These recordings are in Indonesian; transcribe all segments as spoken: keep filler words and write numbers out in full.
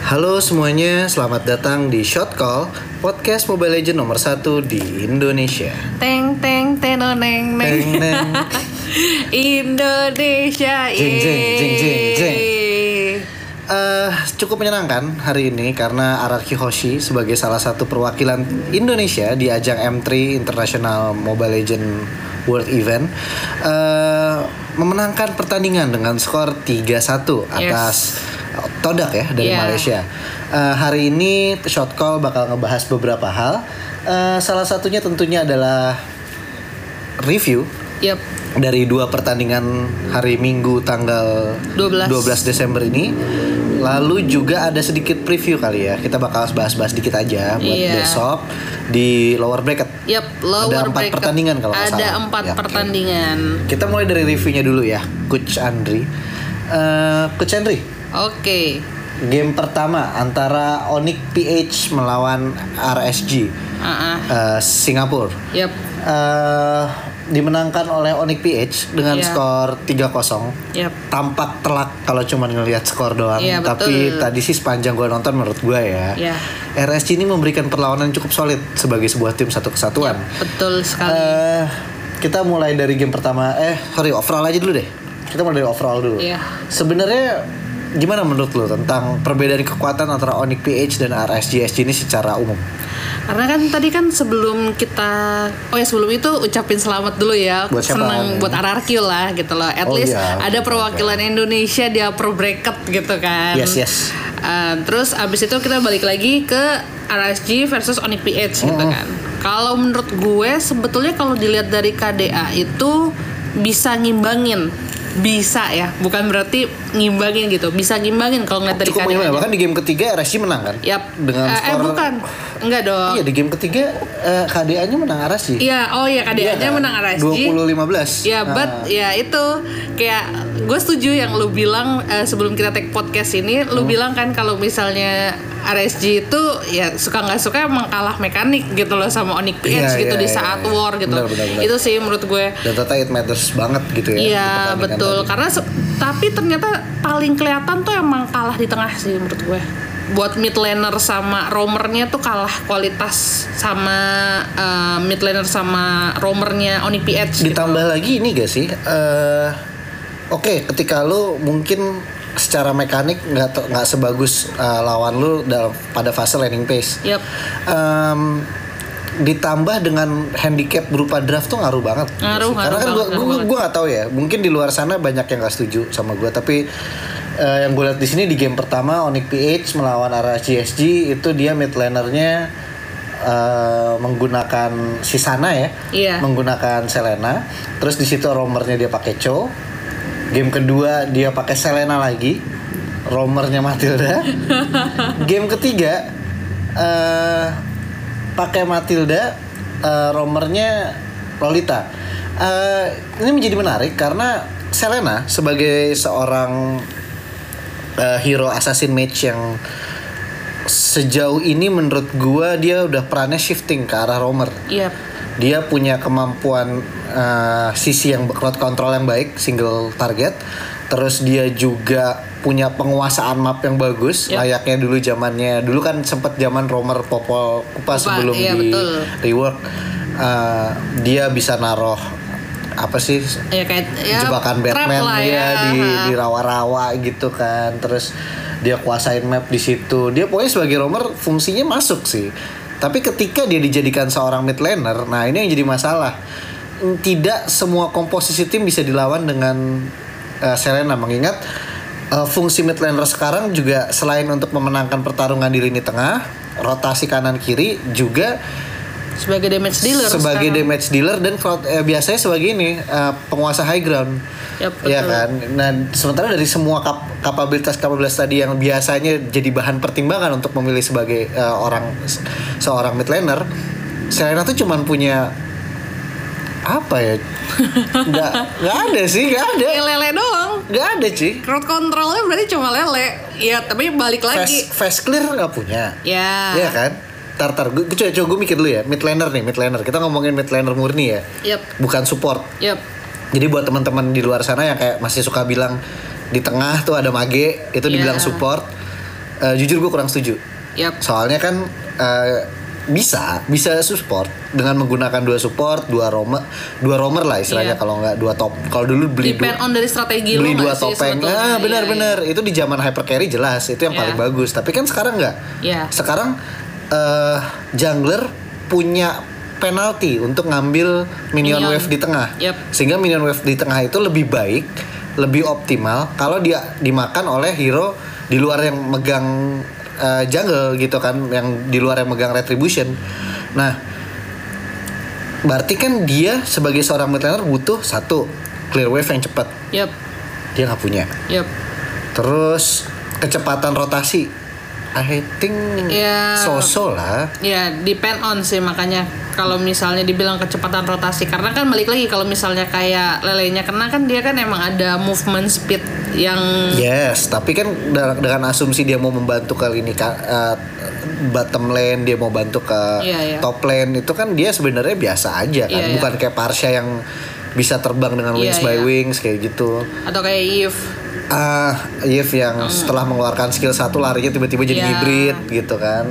Halo semuanya, selamat datang di Shot Call, podcast Mobile Legends nomor satu di Indonesia. Teng teng tenoneng neng. Teng, neng. Indonesia. Jeng, jeng, jeng, jeng, jeng. yeay. Uh, cukup menyenangkan hari ini karena Araki Hoshi sebagai salah satu perwakilan Indonesia di ajang M tiga International Mobile Legends World Event uh, memenangkan pertandingan dengan skor tiga satu atas yes. Todak ya dari yeah. Malaysia. Uh, hari ini Shot Call bakal ngebahas beberapa hal. Uh, salah satunya tentunya adalah review yep. dari dua pertandingan hari Minggu tanggal dua belas Desember ini. Lalu juga ada sedikit preview kali ya. Kita bakal bahas-bahas dikit aja buat yeah. besok di lower bracket. Yep, lower ada empat bracket. pertandingan kalau nggak salah. Ada empat ya, pertandingan. Okay. Kita mulai dari reviewnya dulu ya, Coach Andri. Uh, Coach Andri. Oke. Okay. Game pertama antara Onyx P H melawan R S G uh-uh. uh, Singapura. Yep. Uh, dimenangkan oleh Onyx P H dengan yeah. skor tiga kosong. Yep. Tampak telak kalau cuma ngelihat skor doang, yeah, tapi tadi sih sepanjang gue nonton menurut gue ya, yeah. R S G ini memberikan perlawanan cukup solid sebagai sebuah tim satu kesatuan. Yep, betul sekali. Uh, kita mulai dari game pertama, eh sorry overall aja dulu deh. Kita mulai dari overall dulu. Yeah. Sebenarnya gimana menurut lo tentang perbedaan kekuatan antara Onyx P H dan R S G S G ini secara umum? Karena kan tadi kan sebelum kita oh ya sebelum itu ucapin selamat dulu ya, buat senang siapa? buat R R Q lah gitu loh. At oh, least iya. ada perwakilan okay. Indonesia di upper bracket gitu kan. Yes yes. Uh, terus abis itu kita balik lagi ke R S G versus Onyx P H gitu mm-hmm. kan. Kalau menurut gue sebetulnya kalau dilihat dari K D A itu bisa ngimbangin. Bisa ya, bukan berarti ngimbangin gitu. Bisa ngimbangin kalau ngeliat dari K D A. Bahkan di game ketiga R S G menang kan? Yap. Dengan uh, skor. Eh bukan. Enggak dong. Iya di game ketiga uh, K D A-nya menang R S G. Iya, oh iya K D A-nya iya, menang R S G. dua puluh lima belas. Ya, nah. but ya itu kayak gue setuju yang lu bilang uh, sebelum kita take podcast ini, lu hmm. bilang kan kalau misalnya R S G itu ya suka nggak suka emang kalah mekanik gitu loh sama Onyx P H yeah, gitu yeah, di saat yeah, war gitu. Benar, benar, benar. Itu sih menurut gue. Dan ternyata it matters banget gitu ya. Iya betul. Tadi. Karena se- tapi ternyata paling kelihatan tuh emang kalah di tengah sih menurut gue. Buat mid laner sama roamernya tuh kalah kualitas sama uh, mid laner sama roamernya Onyx P H. Ditambah gitu. lagi ini gak sih? Uh, Oke, okay, ketika lu mungkin secara mekanik nggak nggak sebagus uh, lawan lu dalam pada fase laning phase. Yep. Um, ditambah dengan handicap berupa draft tuh ngaruh banget. Ngaruh, karena ngaruh, kan gue gue gue nggak tahu ya. Mungkin di luar sana banyak yang nggak setuju sama gue. Tapi uh, yang gue lihat di sini di game pertama Onyx P H melawan R S G S G itu dia mid lanernya uh, menggunakan Sisana ya, yeah. menggunakan Selena. Terus di situ roamernya dia pakai Cho. Game kedua dia pakai Selena lagi, roamernya Matilda. Game ketiga uh, pakai Matilda, uh, roamernya Lolita. Uh, ini menjadi menarik karena Selena sebagai seorang uh, hero assassin mage yang sejauh ini menurut gua dia udah perannya shifting ke arah roamer. Yep. Dia punya kemampuan uh, sisi yang crowd control yang baik, single target. Terus dia juga punya penguasaan map yang bagus, yep. layaknya dulu zamannya. Dulu kan sempat zaman roamer Popol Kupa sebelum iya, di betul. rework. Uh, dia bisa naruh apa sih? Ya, kayak, ya, jebakan Batman ya, ya di di rawa-rawa gitu kan. Terus dia kuasain map di situ. Dia pokoknya sebagai roamer fungsinya masuk sih. Tapi ketika dia dijadikan seorang mid laner, nah ini yang jadi masalah. Tidak semua komposisi tim bisa dilawan dengan uh, Selena. Mengingat uh, fungsi mid laner sekarang juga selain untuk memenangkan pertarungan di lini tengah, rotasi kanan kiri juga sebagai damage dealer. Sebagai sekarang. damage dealer dan eh, biasanya sebagai ini uh, penguasa high ground. Yep, ya kan. Nah, sementara dari semua kap- kapabilitas-kapabilitas tadi yang biasanya jadi bahan pertimbangan untuk memilih sebagai uh, orang seorang mid laner, Selena tuh cuman punya apa ya? Nggak nggak ada sih, nggak ada. Ya, lele doang. Nggak ada sih. Crowd controlnya berarti cuma lele. Ya tapi balik lagi. Fast, fast clear nggak punya. Ya. Iya kan. Tar tar, gue coba coba gue mikir dulu ya. Mid laner nih, mid laner. Kita ngomongin mid laner murni ya. Yep. Bukan support. Yep. Jadi buat teman-teman di luar sana yang kayak masih suka bilang di tengah tuh ada mage, itu dibilang yeah. support. uh, jujur gue kurang setuju. Yap. Soalnya kan uh, bisa bisa support dengan menggunakan dua support, dua romer, dua romer lah istilahnya, Iya. kalau nggak dua top. Kalau dulu beli Depend dua, on dari strategi beli lo dua nggak sih topeng. sebetulnya? Ah, benar-benar. Iya, iya. Itu di zaman hyper carry jelas itu yang Iya. paling bagus. Tapi kan sekarang nggak. Iya. Sekarang uh, jungler punya penalti untuk ngambil minion, Minion. wave di tengah. Yep. Sehingga minion wave di tengah itu lebih baik, lebih optimal kalau dia dimakan oleh hero di luar yang megang uh, jungle gitu kan, yang di luar yang megang retribution. Nah, berarti kan dia sebagai seorang mid laner butuh satu clear wave yang cepat. Yap. Dia nggak punya. Yap. Terus kecepatan rotasi, I think Ya. so-so lah. Ya, depend on sih, makanya kalau misalnya dibilang kecepatan rotasi, karena kan balik lagi kalau misalnya kayak lelenya kena kan dia kan emang ada movement speed yang Yes, tapi kan da- dengan asumsi dia mau membantu ke ini ka- uh, bottom lane, dia mau bantu ke Iya, iya. top lane, itu kan dia sebenarnya biasa aja kan, Iya, iya. bukan kayak Parsha yang bisa terbang dengan Iya, wings by iya. wings kayak gitu. atau kayak Eve. Ah, Yves yang setelah mengeluarkan skill satu larinya tiba-tiba jadi Iya. hybrid gitu kan.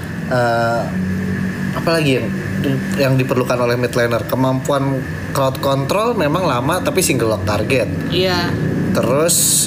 Uh, apalagi yang yang diperlukan oleh mid laner, kemampuan crowd control memang lama tapi single lock target. Iya. Terus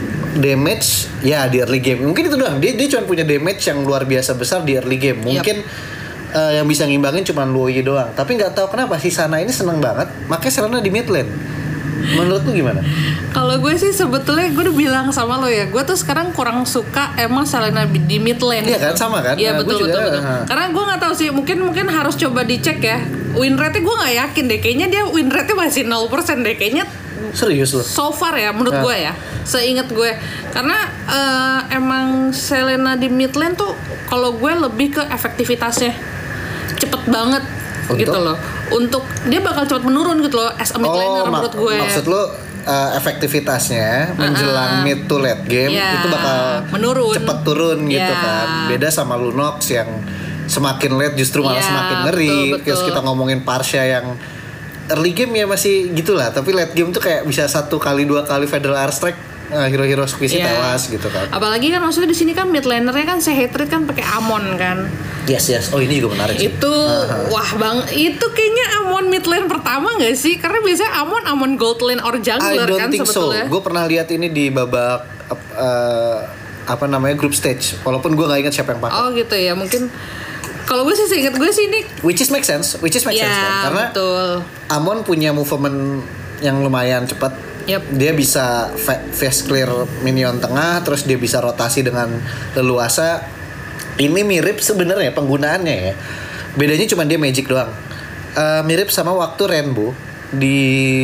damage ya di early game mungkin itu doang, dia dia cuma punya damage yang luar biasa besar di early game. Mungkin uh, yang bisa ngimbangin cuma Luoyi doang, tapi nggak tahu kenapa si Sana ini seneng banget makanya Selena di mid lane. Menurut lu gimana? Kalau gue sih sebetulnya gue udah bilang sama lo ya, gue tuh sekarang kurang suka emang Selena di mid lane. Iya kan, sama kan? Iya Nah, betul gue juga, betul betul. ha. Karena gue nggak tahu sih, mungkin mungkin harus coba dicek ya. Win rate-nya gue nggak yakin deh, kayaknya dia win rate-nya masih nol persen deh, kayaknya. Serius lu? So far ya, menurut Nah. gue ya, seingat gue, karena eh, emang Selena di mid lane tuh kalau gue lebih ke efektivitasnya, cepet banget. Untuk? Gitu loh. Untuk dia bakal cepat menurun gitu loh as a mid laner mak- menurut gue. maksud lu uh, efektivitasnya menjelang mid to late game Ya, itu bakal menurun. cepet turun gitu Ya. kan. Beda sama Lunox yang semakin late justru malah Ya, semakin ngeri. betul, betul. Terus kita ngomongin Parsha yang early game ya masih gitulah, tapi late game tuh kayak bisa satu kali dua kali Federal Airstrike, uh, hero-hero squishy Iya. tewas gitu kan. Apalagi kan maksudnya di sini kan mid lanernya kan Sehatred kan pakai Amon kan. Yes yes. Oh ini juga menarik sih. Itu wah bang, itu kayaknya Amon mid lane pertama nggak sih? Karena biasanya Amon Amon gold lane or I jungler don't kan think so. sebetulnya. Gue pernah lihat ini di babak uh, apa namanya group stage. Walaupun gue nggak ingat siapa yang pakai. Oh gitu ya, mungkin kalau gue sih seingat gue sih ini Which is make sense, which is make sense kan? ya Karena betul. Amon punya movement yang lumayan cepat. Yep. Dia bisa fa- fast clear minion tengah, terus dia bisa rotasi dengan leluasa. Ini mirip sebenarnya penggunaannya ya. Bedanya cuma dia magic doang. Eh, mirip sama waktu Rainbow di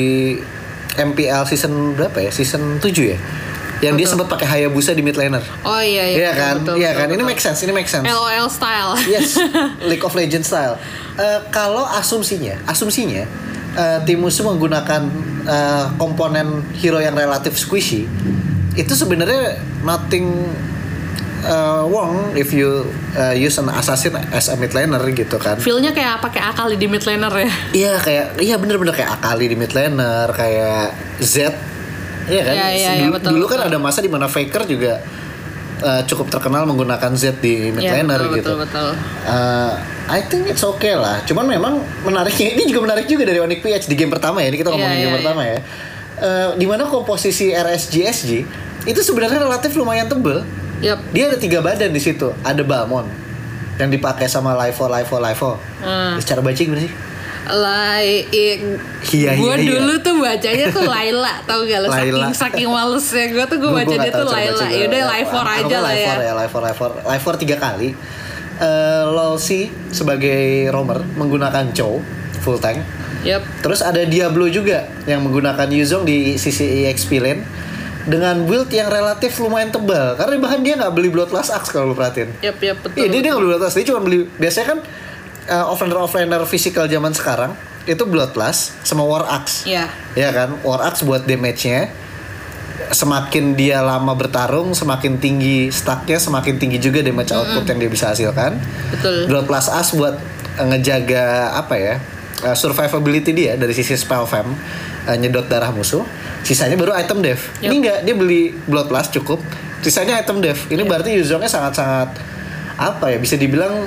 M P L season berapa ya? Season tujuh ya. Yang dia sempat pakai Hayabusa di mid laner. Oh iya iya. Iya kan? betul, Iya betul, kan? Ini betul. make sense, ini make sense. L O L style. Yes, League of Legends style. Eh, kalau asumsinya, asumsinya eh, tim musuh menggunakan eh, komponen hero yang relatif squishy, itu sebenarnya nothing eh, wrong if you eh, use an assassin as a mid laner gitu kan. Feel-nya kayak pakai Akali di mid laner ya. Iya kayak, iya bener-bener kayak Akali di mid laner, kayak Z. Iya kan? Iya, iya, iya, dulu, betul, dulu kan betul. ada masa di mana Faker juga eh, cukup terkenal menggunakan Z di mid Iya, laner betul, gitu. betul betul. Uh, I think it's okay lah. Cuman memang menariknya ini juga menarik juga dari Onyx P H di game pertama ya. Ini kita ngomongin Iya, game iya, pertama ya. Uh, dimana komposisi R S G S G itu sebenarnya relatif lumayan tebel. Yap. Dia ada tiga badan di situ. Ada Balmond yang dipakai sama Livo, Livo, Livo. Hmm. Secara baca gimana sih? Lai, Iya, gue iya, iya. dulu tuh bacanya tuh Laila, tau gak lo? Laila. Saking saking malesnya gue tuh gue Gua- gua baca dia nggak tuh tahu cara Laila. baca juga. Yaudah Ya, Livor aku aja lah ya. Livor ya, Livor, Livor, Livor tiga kali. Uh, Lolsi sebagai roamer menggunakan Chow full tank. Yap. Terus ada Diablo juga yang menggunakan Yuzong di sisi E X P lane dengan build yang relatif lumayan tebal. Karena bahkan dia nggak beli Bloodlust Axe kalau lu perhatiin. Yap yap betul. Iya dia dia betul. nggak beli Bloodlust, dia cuma beli biasanya kan uh, offlaner offlaner physical zaman sekarang itu Bloodlust sama War Axe. Iya. Ya kan, War Axe buat damage-nya. Semakin dia lama bertarung, semakin tinggi stacknya, semakin tinggi juga damage output yang dia bisa hasilkan. Betul. Blood Plus As buat uh, ngejaga apa ya, uh, survivability dia dari sisi spell fam, uh, nyedot darah musuh. Sisanya baru item dev. Yep. Ini enggak, dia beli Blood Plus cukup, Sisanya item dev. Ini berarti Yuzongnya sangat-sangat apa ya? Bisa dibilang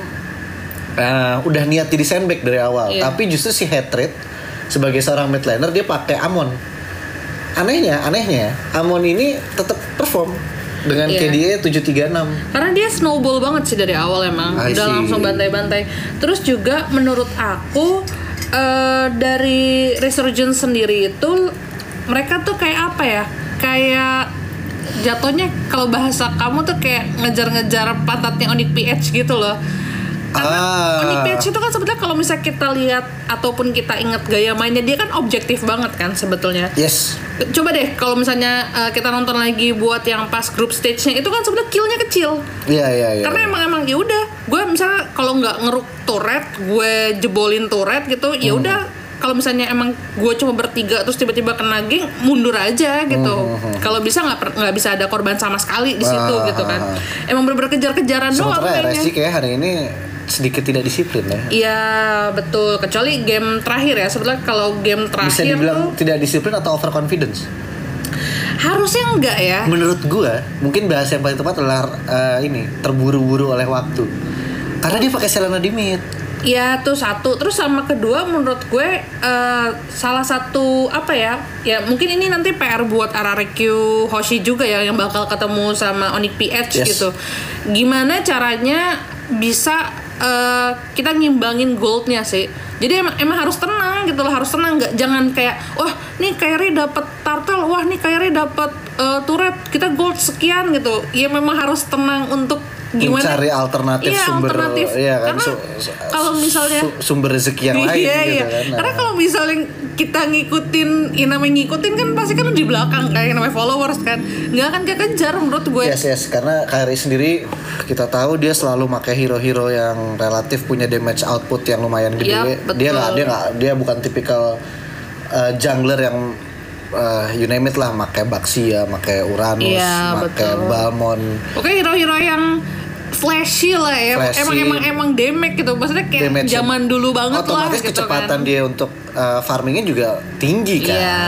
uh, udah niat jadi sandbag dari awal. Yeah. Tapi justru si Hatred sebagai seorang mid laner dia pakai Amon. Anehnya, anehnya Amon ini tetap perform dengan yeah. K D A tujuh tiga enam. Karena dia snowball banget sih dari awal emang. I Udah see. langsung bantai-bantai. Terus juga menurut aku uh, dari Resurgence sendiri itu mereka tuh kayak apa ya? Kayak jatuhnya kalau bahasa kamu tuh kayak ngejar-ngejar pantatnya Onyx P H gitu loh. Karena ah. Onyx P H itu kan sebetulnya kalau misalnya kita lihat ataupun kita ingat gaya mainnya dia kan objektif banget kan sebetulnya. Yes. Coba deh kalau misalnya uh, kita nonton lagi buat yang pas group stage-nya itu kan sebetulnya kill-nya kecil. Iya iya iya. Karena emang emang ya udah, gue misalnya kalau nggak ngeruk turret, gue jebolin turret gitu, ya udah. Hmm. Kalau misalnya emang gue cuma bertiga terus tiba-tiba kena geng, mundur aja gitu. Hmm. Kalau bisa nggak nggak bisa ada korban sama sekali di situ ah, gitu kan. Emang bener-bener kejar-kejaran doang kayaknya. Sementara R S G kayak hari ini sedikit tidak disiplin ya. Iya betul, kecuali game terakhir ya. Sebetulnya kalau game terakhir bisa dibilang tuh, tidak disiplin atau overconfidence? Harusnya enggak ya. Menurut gue, mungkin bahasa yang paling tepat adalah uh, ini terburu-buru oleh waktu. Karena dia pakai Selena di mid. Ya tuh satu, terus sama kedua menurut gue uh, salah satu apa ya, ya mungkin ini nanti P R buat R R Q Hoshi juga ya yang bakal ketemu sama Onyx P H yes. gitu. Gimana caranya bisa uh, kita ngimbangin goldnya sih. Jadi emang, emang harus tenang gitu loh, harus tenang, nggak jangan kayak wah nih Kairi dapat turtle, wah nih Kairi dapat uh, turret, kita gold sekian gitu. Ya memang harus tenang untuk gimana mencari alternatif iya, sumber alternatif. Iya kan karena su, su, kalau misalnya su, sumber rezeki yang lain iya, gitu iya. kan. Nah. Karena kalau misalnya kita ngikutin, yang namanya ngikutin kan pasti kan di belakang kayak namanya followers kan, nggak akan kekejar menurut gue. Yes yes, karena Kairi sendiri kita tahu dia selalu pakai hero-hero yang relatif punya damage output yang lumayan gede. Yep, dia nggak dia nggak dia bukan tipikal uh, jungler yang Uh, you name it lah, pakai Baxia, pakai Uranus, iya, pakai Balmon. Oke, hero-hero yang flashy lah ya. Flashy. Emang emang emang damage gitu. Maksudnya kayak damage zaman dulu banget lah. Otomatis gitu kecepatan kan. dia untuk uh, farmingnya juga tinggi kan. Iya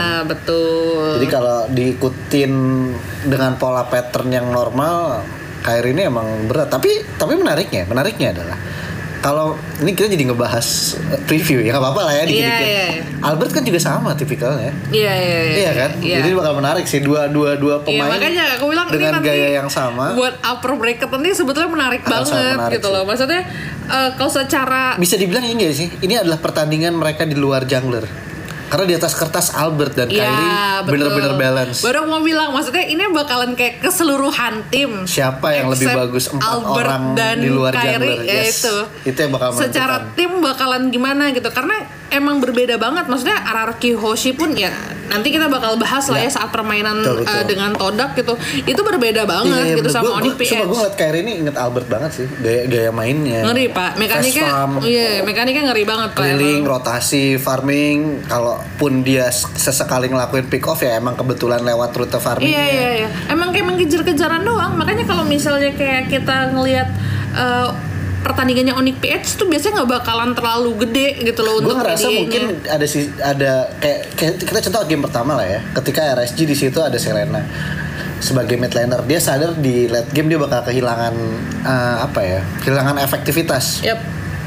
betul. Jadi kalau diikutin dengan pola pattern yang normal, Kairi ini emang berat. Tapi tapi menariknya, menariknya adalah kalau ini kita jadi ngebahas preview ya, nggak apa-apa lah ya dikit-dikit. Yeah, yeah, yeah. Albert kan juga sama tipikalnya. Iya iya iya. Iya kan? Yeah. Jadi bakal menarik sih dua dua dua pemain. Iya, makanya aku bilang dengan ini gaya yang sama. Buat upper bracket nanti sebetulnya menarik banget menarik gitu sih. Loh. Maksudnya uh, kalau secara bisa dibilang ini gak sih? Ini adalah pertandingan mereka di luar jungler. Karena di atas kertas Albert dan ya, Kairi bener-bener balance. Baru mau bilang, maksudnya ini bakalan kayak keseluruhan tim. Siapa yang lebih bagus empat Albert orang dan di luar Kairi, jungler? Ya yes. itu. Itu yang bakal menentukan. Secara tim bakalan gimana gitu. Karena emang berbeda banget. Maksudnya R R Q Hoshi pun ya nanti kita bakal bahas lah ya, ya saat permainan betul, betul. Uh, dengan Todak gitu. Itu berbeda banget iya, gitu sama Onyx P H. Coba gue ngeliat Kairi ini inget Albert banget sih. Gaya gaya mainnya. Ngeri Pak. Mekaniknya iya, mekaniknya ngeri banget Pak. Keliling, rotasi, farming. Kalaupun dia sesekali ngelakuin pick off ya emang kebetulan lewat rute farming. Iya iya iya. Emang kayak mengejar-kejaran doang. Makanya kalau misalnya kayak kita ngelihat uh, pertandingannya Onyx P H tuh biasanya nggak bakalan terlalu gede gitu loh. Untuk gue ngerasa P D A-nya. Mungkin ada sih ada kayak, kayak kita contoh game pertama lah ya. Ketika R S G di situ ada Selena sebagai mid laner, dia sadar di late game dia bakal kehilangan uh, apa ya? Kehilangan efektivitas. Yep.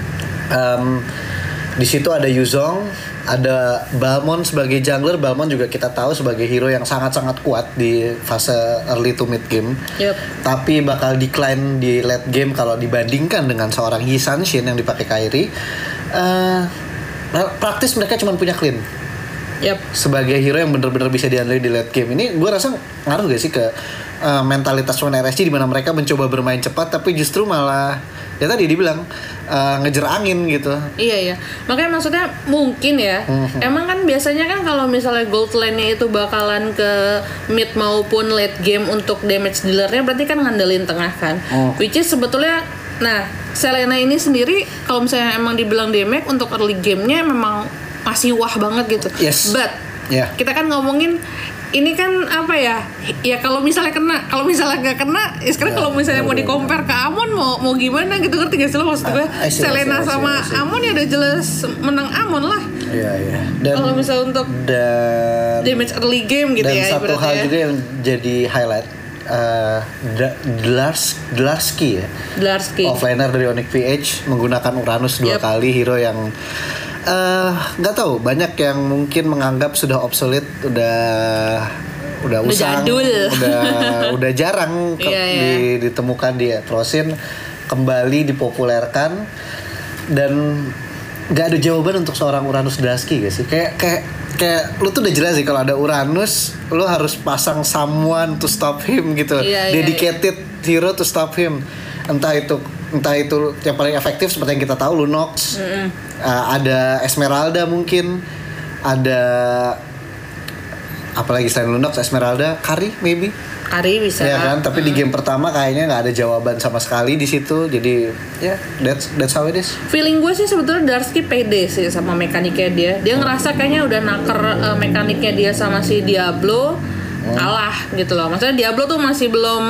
Um, di situ ada Yuzong, ada Balmon sebagai jungler. Balmon juga kita tahu sebagai hero yang sangat-sangat kuat di fase early to mid game. Yep. Tapi bakal decline di late game kalau dibandingkan dengan seorang Yi Sanshin yang dipakai Kairi. Uh, praktis mereka cuma punya clean. Yep. Sebagai hero yang benar-benar bisa diandalkan di late game. Ini gue rasa ngaruh gak sih ke uh, mentalitas pemain R S G di mana mereka mencoba bermain cepat tapi justru malah ya tadi dibilang uh, ngejar angin gitu. Iya iya. Makanya maksudnya mungkin ya. Mm-hmm. Emang kan biasanya kan kalau misalnya gold lane-nya itu bakalan ke mid maupun late game untuk damage dealer-nya berarti kan ngandelin tengah kan. Mm. Which is sebetulnya nah Selena ini sendiri kalau misalnya emang dibilang damage untuk early game-nya memang masih wah banget gitu. Yes. But yeah. kita kan ngomongin ini kan apa ya? Ya kalau misalnya kena, kalau misalnya nggak kena, ya sekarang yeah, kalau misalnya yeah, mau di compare ke Amon mau mau gimana gitu, ngerti gak sih lo maksud gue? Uh, Selena sama Amon ya udah jelas menang Amon lah. Iya yeah, iya. Yeah. Kalau misalnya untuk dan damage early game gitu dan ya. Dan satu hal ya. juga yang jadi highlight uh, D- Dlars Dlarsky ya. Dlarsky. Offlaner dari Onyx P H menggunakan Uranus dua Yep. kali, hero yang nggak uh, tahu, banyak yang mungkin menganggap sudah obsolete, udah udah Udah usang, jadul. udah udah jarang ke, Iya, iya. di, ditemukan di Trosin, kembali dipopulerkan dan nggak ada jawaban untuk seorang Uranus Dlarsky gak sih? Kayak kayak kayak lu tuh udah jelas sih kalau ada Uranus, lu harus pasang someone to stop him gitu, Iya, iya, dedicated hero to stop him. Entah itu entah itu yang paling efektif seperti yang kita tahu Lunox, uh, ada Esmeralda mungkin, ada apalagi selain Lunox, Esmeralda, Kari maybe. Kari bisa. Ya kan, tapi di game pertama kayaknya nggak ada jawaban sama sekali di situ. Jadi ya yeah, that's that's how it is. Feeling gue sih sebetulnya Dlarsky pede sih sama mekaniknya dia. Dia ngerasa kayaknya udah naker uh, mekaniknya dia sama si Diablo, hmm. kalah gitu loh. Maksudnya Diablo tuh masih belum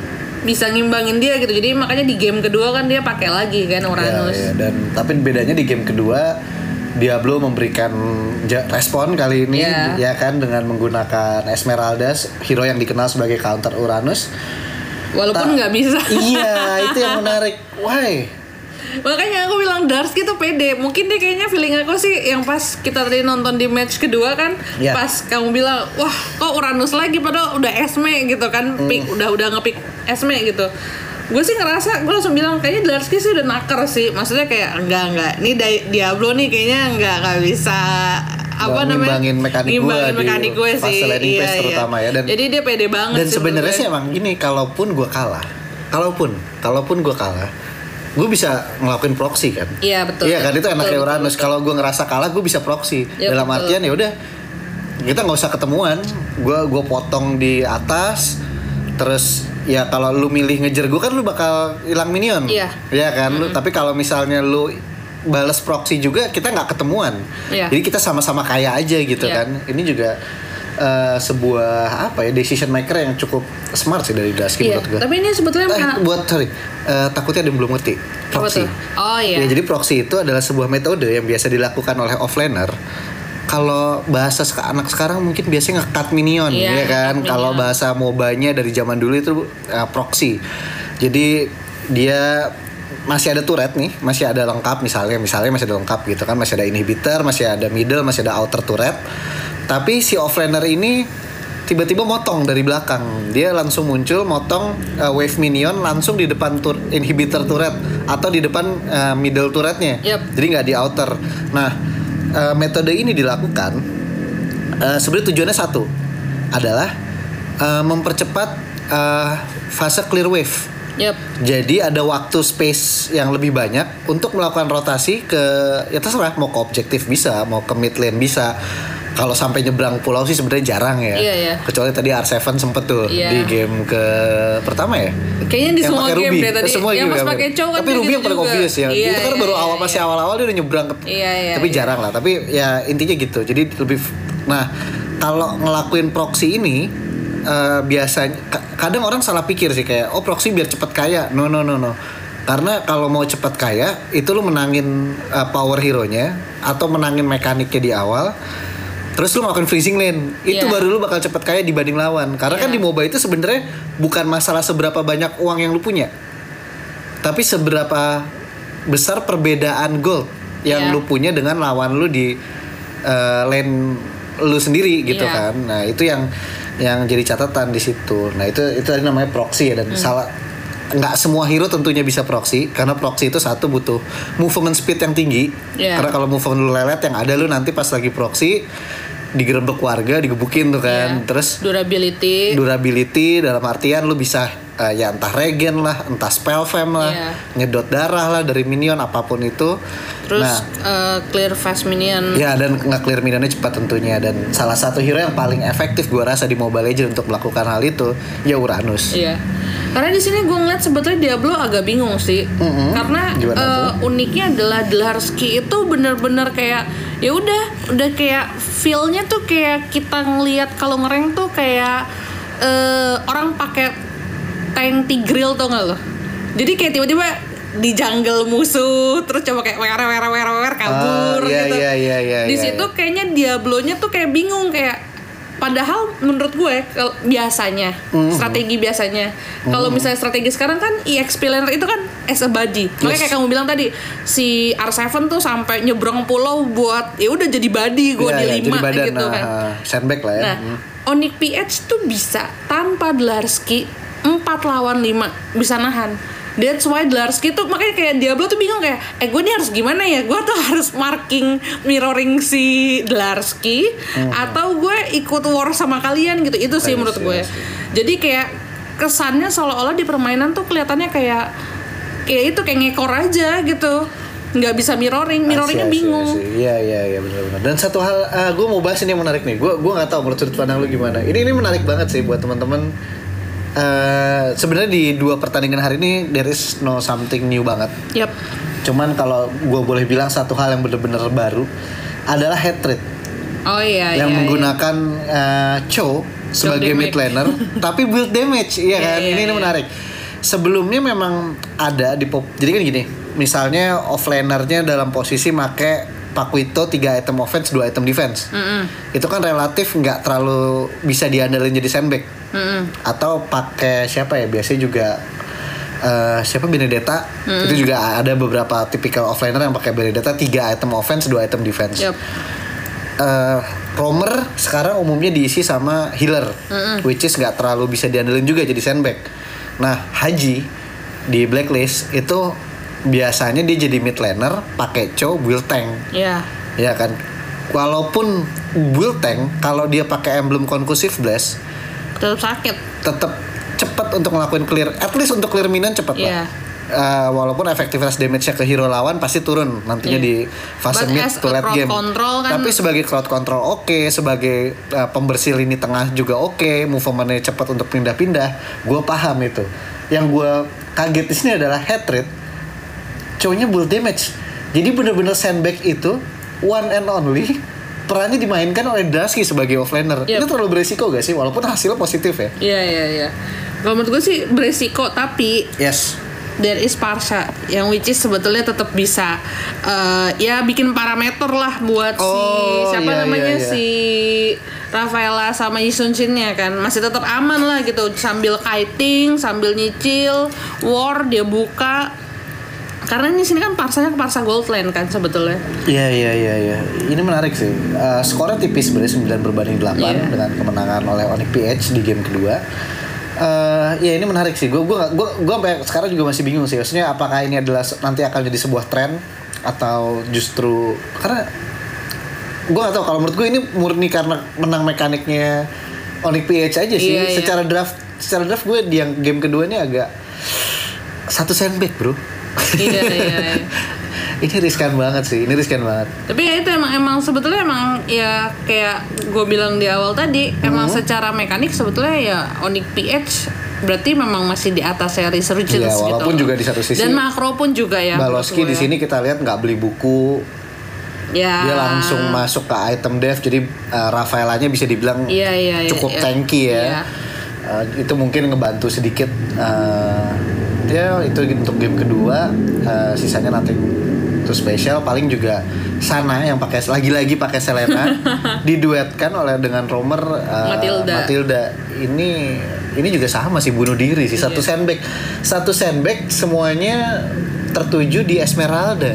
bisa ngimbangin dia gitu. Jadi makanya di game kedua kan dia pakai lagi kan Uranus. Ya, ya. Dan tapi bedanya di game kedua Diablo memberikan respon kali ini yeah. ya kan, dengan menggunakan Esmeralda, hero yang dikenal sebagai counter Uranus. Walaupun nggak bisa. Iya, itu yang menarik. Why? Makanya aku bilang Dlarsky tuh pede. Mungkin dia kayaknya feeling aku sih yang pas kita tadi nonton di match kedua kan, yeah. pas kamu bilang, wah kok Uranus lagi padahal udah Esme gitu kan, mm. pick udah udah ngepick Esme gitu. Gue sih ngerasa, gue langsung bilang kayaknya Dlarsky sih udah naker sih. Maksudnya kayak enggak enggak. Nih Diablo nih kayaknya enggak enggak bisa apa namanya? Ngimbangin mekanik gue mekanik gue sih. Iya, terutama iya. ya. Dan, jadi dia pede banget. Dan sebenarnya sih emang gini, kalaupun gue kalah, kalaupun kalaupun gue kalah, gue bisa ngelakuin proxy kan. Iya betul. Iya kan, itu enaknya betul, Uranus. Kalau gue ngerasa kalah, gue bisa proxy. Ya, dalam betul. artian ya udah, kita nggak usah ketemuan. Gue gue potong di atas, terus ya kalau lu milih ngejar gue kan lu bakal hilang minion. Iya. Iya kan. Mm-hmm. Lu, tapi kalau misalnya lu balas proxy juga, kita nggak ketemuan. Iya. Jadi kita sama-sama kaya aja gitu iya. kan. Ini juga uh, sebuah apa ya, decision maker yang cukup smart sih dari Dlarsky iya. menurut gue. Tapi ini sebetulnya eh, ma- buat sorry, uh, takutnya ada yang belum ngerti. Proxy. Oh iya. Ya, jadi proxy itu adalah sebuah metode yang biasa dilakukan oleh offlaner. Kalau bahasa anak sekarang mungkin biasanya nge-cut minion, yeah, ya kan? Kalau bahasa mobanya dari zaman dulu itu uh, proxy. Jadi dia masih ada turret nih, masih ada lengkap misalnya, misalnya masih ada lengkap gitu kan, masih ada inhibitor, masih ada middle, masih ada outer turret. Tapi si offlaner ini tiba-tiba motong dari belakang. Dia langsung muncul motong uh, wave minion langsung di depan tur- inhibitor turret atau di depan uh, middle turretnya. Yep. Jadi nggak di outer. Nah, Uh, metode ini dilakukan uh, sebenarnya tujuannya satu, adalah uh, mempercepat uh, fase clear wave. Yep. Jadi ada waktu space yang lebih banyak untuk melakukan rotasi ke, ya terserah, mau ke objektif bisa, mau ke mid lane bisa. Kalau sampai nyebrang pulau sih sebenarnya jarang ya. Iya, iya. Kecuali tadi R tujuh sempet tuh iya. di game ke pertama ya. Kayaknya di yang semua game Ruby. deh tadi. Semua yang game pas pakai cow kan. Tapi Ruby gitu yang paling juga. obvious ya. Iya, itu kan iya, baru iya, awal iya. masih awal-awal dia udah nyebrang ke. Iya, iya, tapi iya. jarang lah. Tapi ya intinya gitu. Jadi lebih. Nah, kalau ngelakuin proxy ini uh, biasanya kadang orang salah pikir sih, kayak oh proxy biar cepet kaya. No no no no. Karena kalau mau cepet kaya itu lu menangin uh, power hero-nya atau menangin mekaniknya di awal. Terus lu ngelakuin freezing lane, itu yeah. baru lu bakal cepet kaya dibanding lawan. Karena yeah. kan di MOBA itu sebenarnya bukan masalah seberapa banyak uang yang lu punya, tapi seberapa besar perbedaan gold yang yeah. lu punya dengan lawan lu di uh, lane lu sendiri gitu yeah. kan. Nah itu yang yang jadi catatan di situ. Nah itu itu tadi namanya proxy ya, dan hmm. salah. Nggak semua hero tentunya bisa proxy, karena proxy itu satu butuh movement speed yang tinggi. Yeah. Karena kalau movement lu lelet, yang ada lu nanti pas lagi proxy digerebek warga, digebukin tuh kan. Yeah. Terus durability. Durability dalam artian lu bisa uh, ya entah regen lah, entah spell fam lah, yeah. nyedot darah lah dari minion apapun itu. Terus nah, uh, clear fast minion. Ya, dan nge-clear minionnya cepat tentunya. Dan salah satu hero yang paling efektif gua rasa di Mobile Legends untuk melakukan hal itu ya Uranus. Iya. Karena di sini gue ngeliat sebetulnya Diablo agak bingung sih, mm-hmm. karena uh, uniknya adalah Dlarsky itu bener-bener kayak ya udah, udah kayak feel-nya tuh kayak kita ngelihat kalau ngereng tuh kayak uh, orang pakai tank Tigreal tau nggak lo? Jadi kayak tiba-tiba di jungle musuh terus coba kayak wer wer wer wer kabur uh, iya, gitu. Iya, iya, iya, di iya, situ iya. kayaknya Diablo-nya tuh kayak bingung kayak Padahal menurut gue kalau biasanya mm-hmm. strategi biasanya mm-hmm. kalau misalnya strategi sekarang kan E X P laner itu kan as a buddy. Makanya yes. kayak kamu bilang tadi si R tujuh tuh sampai nyebrang pulau buat ya udah jadi buddy gue yeah, di yeah, lima badan, gitu nah, kan. Sandbag lah ya. Nah, hmm. Onyx P H tuh bisa tanpa Dlarsky empat lawan lima bisa nahan. That's why Dlarsky tuh makanya kayak Diablo tuh bingung kayak eh gue nih harus gimana ya, gue tuh harus marking mirroring si Dlarsky mm-hmm. atau gue ikut war sama kalian gitu. Itu sih menurut gue. Jadi kayak kesannya seolah-olah di permainan tuh kelihatannya kayak kayak itu kayak ngekor aja gitu, nggak bisa mirroring, mirroringnya bingung. Iya iya iya benar-benar. Dan satu hal uh, gue mau bahas ini yang menarik nih. Gue gue nggak tahu menurut sudut pandang lu gimana. Ini ini menarik banget sih buat teman-teman. Uh, sebenarnya di dua pertandingan hari ini there is no something new banget. Yep. Cuman kalau gue boleh bilang satu hal yang benar-benar baru adalah head trade. Oh iya. Yang iya, menggunakan iya. Uh, Cho sebagai mid laner, tapi build damage, iya kan? Iya, ini iya. ini menarik. Sebelumnya memang ada di pop. Jadi kan gini, misalnya offlanernya dalam posisi make Paquito tiga item offense, dua item defense. Mm-hmm. Itu kan relatif nggak terlalu bisa diandalkan jadi sandbag. Mm-hmm. Atau pakai siapa ya? Biasanya juga uh, siapa Benedetta. Mm-hmm. Itu juga ada beberapa typical offlaner yang pakai Benedetta tiga item offense, dua item defense. Yep. Uh, Roamer sekarang umumnya diisi sama healer, mm-hmm. which is nggak terlalu bisa diandelin juga jadi sandbag. Nah, Haji di Blacklist itu biasanya dia jadi mid laner pakai Cho build tank. Iya. Yeah. Ya kan. Walaupun build tank kalau dia pakai emblem Concussive Blast tetap sakit. Tetap cepat untuk ngelakuin clear. At least untuk clear minion cepat yeah. lah. Uh, walaupun efektivitas damage-nya ke hero lawan pasti turun nantinya yeah. di fase But mid to late game. Kan... Tapi sebagai crowd control oke, okay, sebagai uh, pembersih lini tengah juga oke, okay, movementnya cepat untuk pindah-pindah. Gue paham itu. Yang gue kaget di sini adalah head rate. Cowoknya build damage. Jadi bener-bener sandbag itu one and only perannya dimainkan oleh Dlarsky sebagai offlaner. Yep. Itu terlalu beresiko gak sih? Walaupun hasilnya positif ya. Iya iya iya. Kalau menurut gue sih beresiko, tapi yes. there is Parsha yang which is sebetulnya tetap bisa uh, ya bikin parameter lah buat oh, si siapa iya, namanya iya, iya. si Rafaela sama Yisun Shin-nya kan masih tetap aman lah gitu, sambil kiting, sambil nyicil war dia buka. Karena ini sini kan parsanya ke Parsa Goldland kan sebetulnya. Iya iya iya iya. Ini menarik sih. Uh, skornya tipis sebenarnya sembilan berbanding delapan yeah. dengan kemenangan oleh Onyx P H di game kedua. Uh, ya ini menarik sih. Gue gue gue gue sampai sekarang juga masih bingung sih. Maksudnya apakah ini adalah nanti akan jadi sebuah tren atau justru karena gue nggak tahu. Kalau menurut gue ini murni karena menang mekaniknya Onyx P H aja sih. Yeah, secara yeah. draft secara draft gue di yang game kedua ini agak satu sandbag bro. Iya, iya, iya. Ini riskan banget sih, ini riskan banget. Tapi ya itu emang emang sebetulnya emang ya kayak gue bilang di awal tadi, hmm. emang secara mekanik sebetulnya ya Onyx P H berarti memang masih di atas seri Resurgence ya, gitu. Walaupun juga di satu sisi. Dan makro pun juga ya. Baloski di sini kita lihat nggak beli buku. Ya. Dia langsung masuk ke item dev, jadi uh, Rafaelanya bisa dibilang ya, ya, cukup ya, tanky ya. ya. Uh, itu mungkin ngebantu sedikit. Uh, ya itu untuk game kedua, uh, sisanya nanti itu spesial. Paling juga Sana yang pakai lagi-lagi pakai Selena diduetkan oleh dengan Roamer uh, Matilda. Matilda. Ini ini juga sama sih, bunuh diri sih. Satu yeah. sandbag, satu sandbag semuanya tertuju di Esmeralda.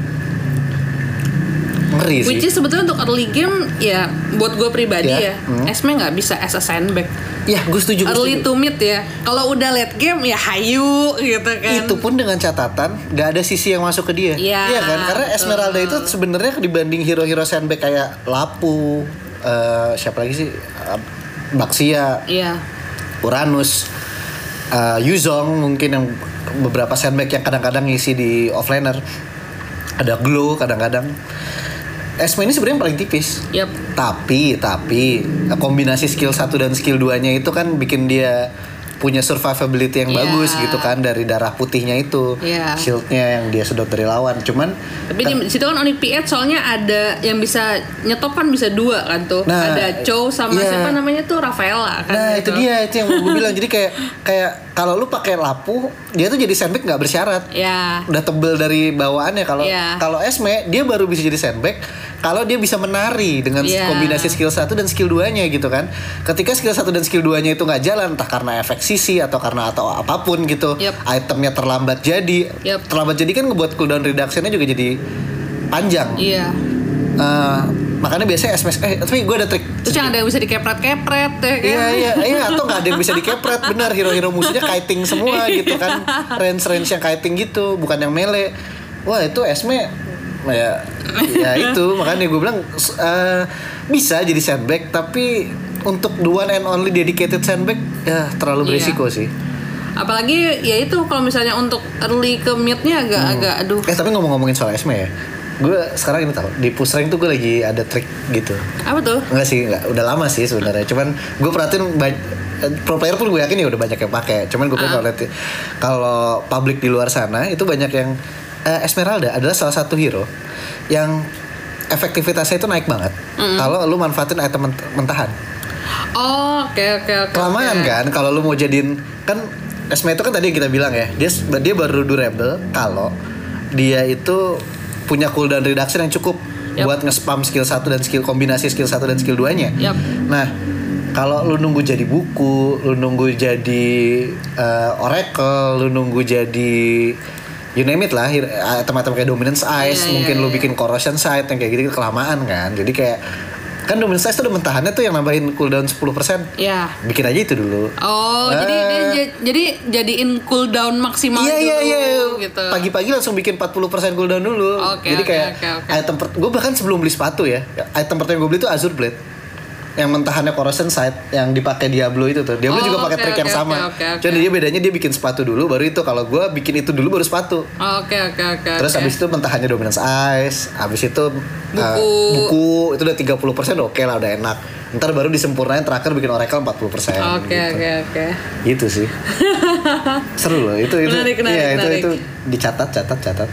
Ngeri sih. Which is sebetulnya untuk early game ya buat gue pribadi yeah. ya, hmm. Esme nggak bisa as a sandbag. Ya, gue setuju. Early setuju. to mid ya. Kalau udah late game ya hayu gitu kan. Itu pun dengan catatan nggak ada sisi yang masuk ke dia. Iya ya kan? Karena Esmeralda uh. itu sebenarnya dibanding hero-hero sandbag kayak Lapu, uh, siapa lagi sih, uh, Baxia, yeah. Uranus, uh, Yuzong mungkin yang beberapa sandbag yang kadang-kadang ngisi di offlaner. Ada Glow kadang-kadang. Esme ini sebenarnya paling tipis. Yep. Tapi tapi kombinasi skill satu dan skill dua-nya itu kan bikin dia punya survivability yang yeah. bagus gitu kan, dari darah putihnya itu. Yeah. Shieldnya yang dia sedot dari lawan. Cuman tapi ter- di situ kan Onyx P H soalnya ada yang bisa nyetop kan bisa dua kan tuh. Nah, ada Cho sama yeah. siapa namanya tuh Rafaela kan. Nah, gitu. itu dia itu yang gue bilang. Jadi kayak kayak kalau lu pakai Lapu, dia tuh jadi sandbag nggak bersyarat. Yeah. Udah tebel dari bawaannya. Kalau yeah. kalau Esme dia baru bisa jadi sandbag kalau dia bisa menari dengan Yeah. kombinasi skill satu dan skill duanya gitu kan. Ketika skill satu dan skill duanya itu nggak jalan, entah karena efek sisi atau karena atau apapun gitu, Yep. itemnya terlambat jadi, Yep. terlambat jadi kan ngebuat cooldown reduction-nya juga jadi panjang. Iya. Eh, makanya biasanya S M S eh tapi gue ada trik. Terus yang ada yang bisa dikepret-kepret ya kan. Iya iya iya atau nggak ada yang bisa dikepret, benar, hero-hero musuhnya kiting semua gitu kan, range-range yang kiting gitu, bukan yang melee. Wah itu Esme ya ya itu makanya gue bilang uh, bisa jadi sandbag, tapi untuk the one and only dedicated sandbag ya terlalu berisiko Iya. sih. Apalagi ya itu kalau misalnya untuk early ke mid-nya agak agak aduh. Eh tapi ngomong-ngomongin soal Esme ya, gue sekarang ini tahu di push rank tuh gue lagi ada trik gitu. Apa tuh? Enggak sih, enggak, udah lama sih sebenarnya. Cuman gue perhatiin ba- pro player pun gue yakin ya udah banyak yang pakai. Cuman gue pengen Ah. lihat kalau publik di luar sana itu banyak yang eh, Esmeralda adalah salah satu hero yang efektivitasnya itu naik banget. Kalau lu manfaatin item ment- mentahan. Oh, oke oke oke. Kelamaan oke. kan kalau lu mau jadiin kan Esme itu kan tadi yang kita bilang ya, dia dia baru durable kalau dia itu punya cooldown reduction yang cukup Yap. buat nge-spam skill satu dan skill kombinasi skill satu dan skill duanya. Yap. Nah, kalau lu nunggu jadi buku, lu nunggu jadi eh, oracle, lu nunggu jadi you name it lah, hir- item-item kayak dominance ice, Iya, mungkin iya, lu iya. bikin corrosion sight yang kayak gitu kelamaan kan. Jadi kayak kan dominance ice tuh udah mentahannya tuh yang nambahin cooldown sepuluh persen. Ya. Bikin aja itu dulu. Oh, jadi Eh. dia j- jadi jadiin cooldown maksimal Iya dulu iya iya. gitu. Pagi-pagi langsung bikin empat puluh persen cooldown dulu. Oke, Jadi oke, kayak oke, oke. item per- gue bahkan sebelum beli sepatu ya, item pertama yang gue beli itu Azure Blade. Yang mentahannya corrosion sight yang dipakai Diablo itu tuh. Diablo Oh, juga pakai oke, trik yang oke, sama. oke, oke, Cuman oke. dia bedanya dia bikin sepatu dulu baru itu. Kalau gue bikin itu dulu baru sepatu. Oke oke oke. Terus oke. abis itu mentahannya dominance ice, abis itu uh, Buku. buku itu udah tiga puluh persen oke lah, udah enak. Ntar baru disempurnain terakhir bikin oracle empat puluh persen. Oke gitu. oke oke. Gitu sih. Seru loh itu itu. Menarik, menarik, Iya, itu menarik. itu dicatat catat catat.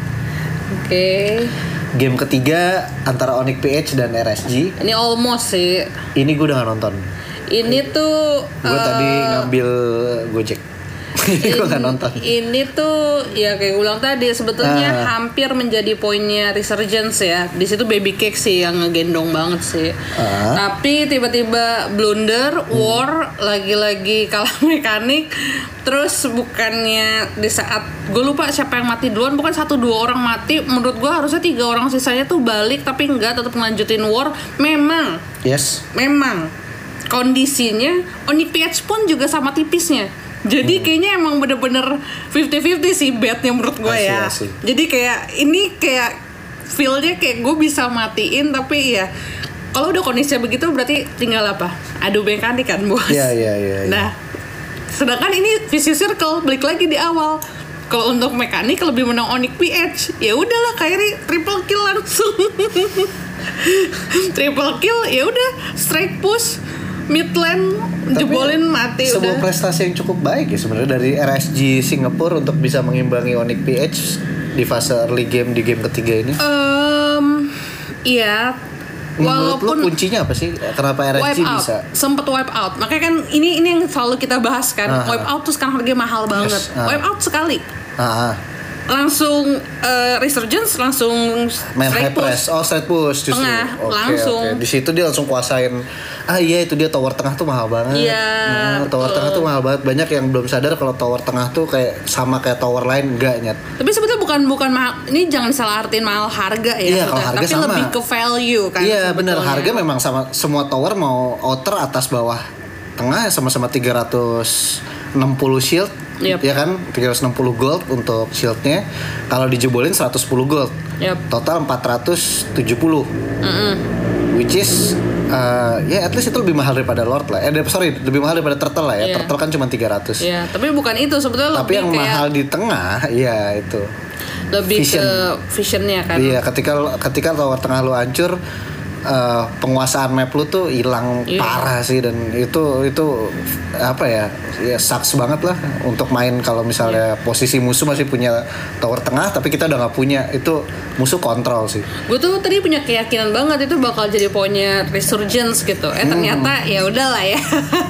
Oke. Game ketiga antara Onyx P H dan R S G. Ini almost sih. Ini gue udah gak nonton. Ini tuh Gue eh, tadi ngambil Gojek. Gue gak nonton. Ini tuh ya kayak gue bilang tadi sebetulnya Ah. hampir menjadi poinnya Resurgence ya. Di situ Baby Cake sih yang ngegendong banget sih. Ah. Tapi tiba-tiba blunder, war, lagi-lagi kalah mekanik. Terus bukannya di saat gue lupa siapa yang mati duluan, bukan satu dua orang mati. Menurut gue harusnya tiga orang sisanya tuh balik, tapi enggak, tetap ngelanjutin war. Memang, Yes. memang kondisinya Onyx P H pun juga sama tipisnya. Jadi Hmm. kayaknya emang bener-bener fifty fifty sih betnya menurut gue I see, ya. I see. Jadi kayak ini kayak feel-nya kayak gue bisa matiin, tapi ya kalau udah kondisinya begitu berarti tinggal apa? Adu mekanik kan bos. Iya iya iya. iya. Nah, sedangkan ini vicious circle balik lagi di awal. Kalau untuk mekanik lebih menang Onyx P H. Ya udahlah Kairi triple kill langsung. Triple kill ya udah strike push mid lane Tapi jebolin mati sebuah udah. prestasi yang cukup baik ya sebenarnya dari R S G Singapura untuk bisa mengimbangi Onyx P H di fase early game di game ketiga ini. Em, iya. Menurut Walaupun lu kuncinya apa sih? Kenapa R S G wipe out, bisa? sempet wipe out. Makanya kan ini ini yang selalu kita bahas kan. Ah, Wipe out tuh sekarang harganya mahal banget. Yes, ah. Wipe out sekali. Ah, ah. Langsung eh, Resurgence langsung Main strike high press, oh straight push justru. Tengah, Oke, langsung. oke. Di situ dia langsung kuasain. Ah iya itu dia tower tengah tuh mahal banget. Iya, Nah, tower betul. tengah tuh mahal banget. Banyak yang belum sadar kalau tower tengah tuh kayak sama kayak tower lain enggak nyet. Tapi sebetulnya bukan bukan mahal. Ini jangan disalah artiin mahal harga ya. Iya, sebetulnya. kalau harga Tapi sama. lebih ke value kan. Iya benar, sebetulnya. harga memang sama, semua tower mau outer atas bawah tengah sama-sama tiga ratus enam puluh shield. Yep. Ya kan, tiga ratus enam puluh gold untuk shieldnya. Kalau dijebolin seratus sepuluh gold. Yep. Total empat ratus tujuh puluh. Mm-mm. Which is uh, ya at least itu lebih mahal daripada Lord lah. Eh sorry, lebih mahal daripada Turtle lah ya. Iya. Turtle kan cuma tiga ratus. Iya, tapi bukan itu sebetulnya Tapi lebih yang kayak mahal di tengah, ya itu. lebih Vision. ke visionnya kan. Iya, ketika ketika tower tengah lu hancur, uh, penguasaan map lu tuh hilang Iya. parah sih, dan itu itu apa ya ya sucks banget lah untuk main kalau misalnya posisi musuh masih punya tower tengah tapi kita udah nggak punya, itu musuh kontrol sih. Gue tuh tadi punya keyakinan banget itu bakal jadi poinnya Resurgence gitu. Eh ternyata ya udahlah ya.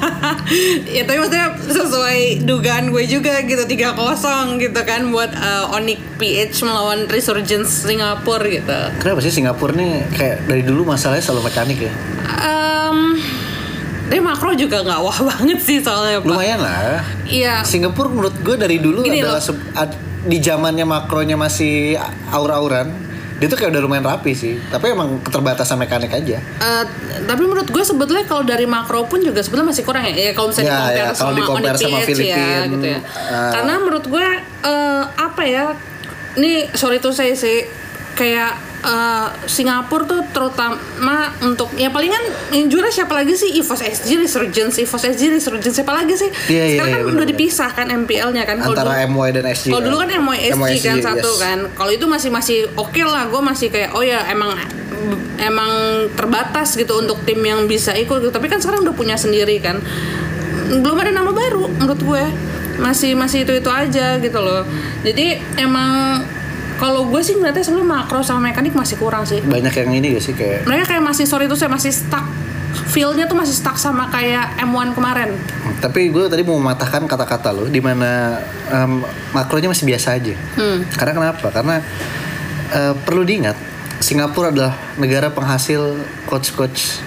Ya tapi maksudnya sesuai dugaan gue juga gitu, tiga kosong gitu kan buat uh, Onyx P H melawan Resurgence Singapura gitu. Kenapa sih Singapura nih kayak dari dulu masalahnya selalu mekanik ya? Um, Tapi makro juga nggak wah banget sih soalnya Pak. Lumayan lah. Iya. Singapura menurut gue dari dulu Gini adalah loh. se- ad- di zamannya makronya masih aur-auran, dia tuh kayak udah lumayan rapi sih. Tapi emang keterbatasan mekanik aja. Uh, tapi menurut gue sebetulnya kalau dari makro pun juga sebetulnya masih kurang ya. Ya kalau misalnya Ya, di-compare ya, kalau sama di-compare Onyx sama P H Filipina, ya gitu ya. uh, Karena menurut gue uh, apa ya? Ini sorry tuh saya sih kayak uh, Singapura tuh terutama untuk ya palingan yang juara siapa lagi sih? EVOS X G Resurgence, EVOS X G Resurgence siapa lagi sih? Iya, iya, Sekarang iya, kan bener, udah bener. dipisahkan M P L-nya kan. Kalau Antara dulu- M Y dan S G. Kalau dulu kan M Y S G M Y S G, kan satu yes. kan. Kalau itu masih masih oke lah, gue masih kayak oh ya emang emang terbatas gitu untuk tim yang bisa ikut gitu. Tapi kan sekarang udah punya sendiri kan. Belum ada nama baru menurut gue. Masih masih itu-itu aja gitu loh. Jadi emang kalau gue sih ngeliatnya sebenarnya makro sama mekanik masih kurang sih. Banyak yang ini gak sih kayak Mereka kayak masih sorry itu saya masih stuck. Feel-nya tuh masih stuck sama kayak M satu kemarin. tapi gue tadi mau mematahkan kata-kata lo di mana em, makronya masih biasa aja. Hmm. Karena kenapa? Karena eh, perlu diingat Singapura adalah negara penghasil coach-coach.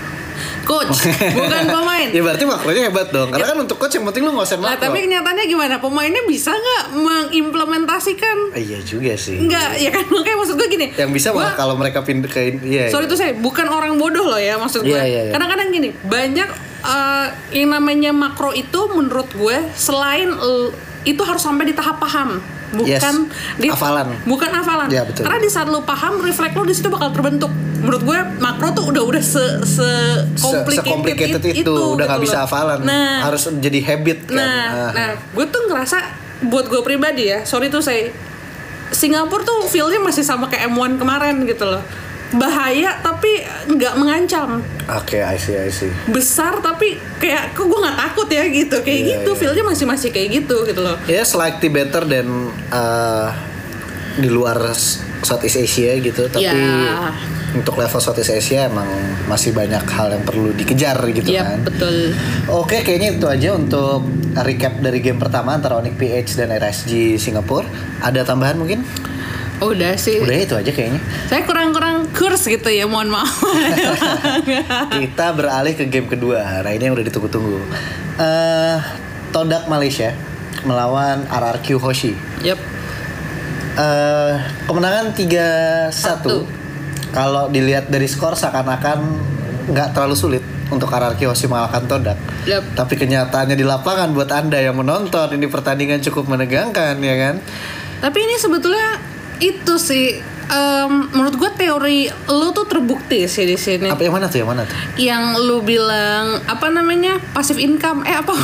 Coach, bukan pemain. Ya berarti makronya hebat dong. Karena kan untuk coach yang penting lu nguasain Lah makro. tapi kenyataannya gimana? Pemainnya bisa nggak mengimplementasikan? Eh, iya juga sih. Enggak, ya kan makanya maksud gue gini. Yang bisa gua- malah kalau mereka pindah ke iya. Sorry iya. tuh saya bukan orang bodoh loh ya maksud gue. Iya, iya, iya. Kadang-kadang gini, banyak uh, yang namanya makro itu menurut gue selain uh, itu harus sampai di tahap paham, bukan Yes, di hafalan. Bukan hafalan. Iya, betul. Karena di saat lu paham, refleks lu di situ bakal terbentuk. Menurut gue makro tuh udah udah se se Se- complicated, se-complicated itu, udah nggak gitu bisa loh. hafalan. Nah, Harus jadi habit kan. Nah, Ah. nah, gue tuh ngerasa buat gue pribadi ya, sorry tuh saya, Singapura tuh feel-nya masih sama kayak M satu kemarin gitu loh. Bahaya tapi nggak mengancam. Oke, I see, I see. Besar tapi kayak kok gue nggak takut ya gitu. Kayak Iya, gitu, iya. feel-nya masih masih kayak gitu gitu loh. Ya slightly better than uh, di luar Southeast Asia gitu, tapi Ya. untuk level Southeast Asia emang masih banyak hal yang perlu dikejar gitu Iya kan. betul. Oke, kayaknya itu aja untuk recap dari game pertama antara Onyx P H dan R S G Singapura. Ada tambahan mungkin? Udah sih. Udah itu aja kayaknya. Saya kurang-kurang kurs gitu ya, mohon maaf. Kita beralih ke game kedua. Nah ini yang udah ditunggu-tunggu. Eh, Todak Malaysia melawan R R Q Hoshi. Yep. Eh, kemenangan tiga satu. Satu. Kalau dilihat dari skor seakan-akan nggak terlalu sulit untuk R R Q Hoshi mengalahkan Todak. Yep. Tapi kenyataannya di lapangan buat Anda yang menonton ini pertandingan cukup menegangkan ya kan. Tapi ini sebetulnya itu sih em, menurut gue teori lu tuh terbukti sih di sini. Apa yang mana tuh? Yang mana tuh? Yang lu bilang apa namanya passive income eh apa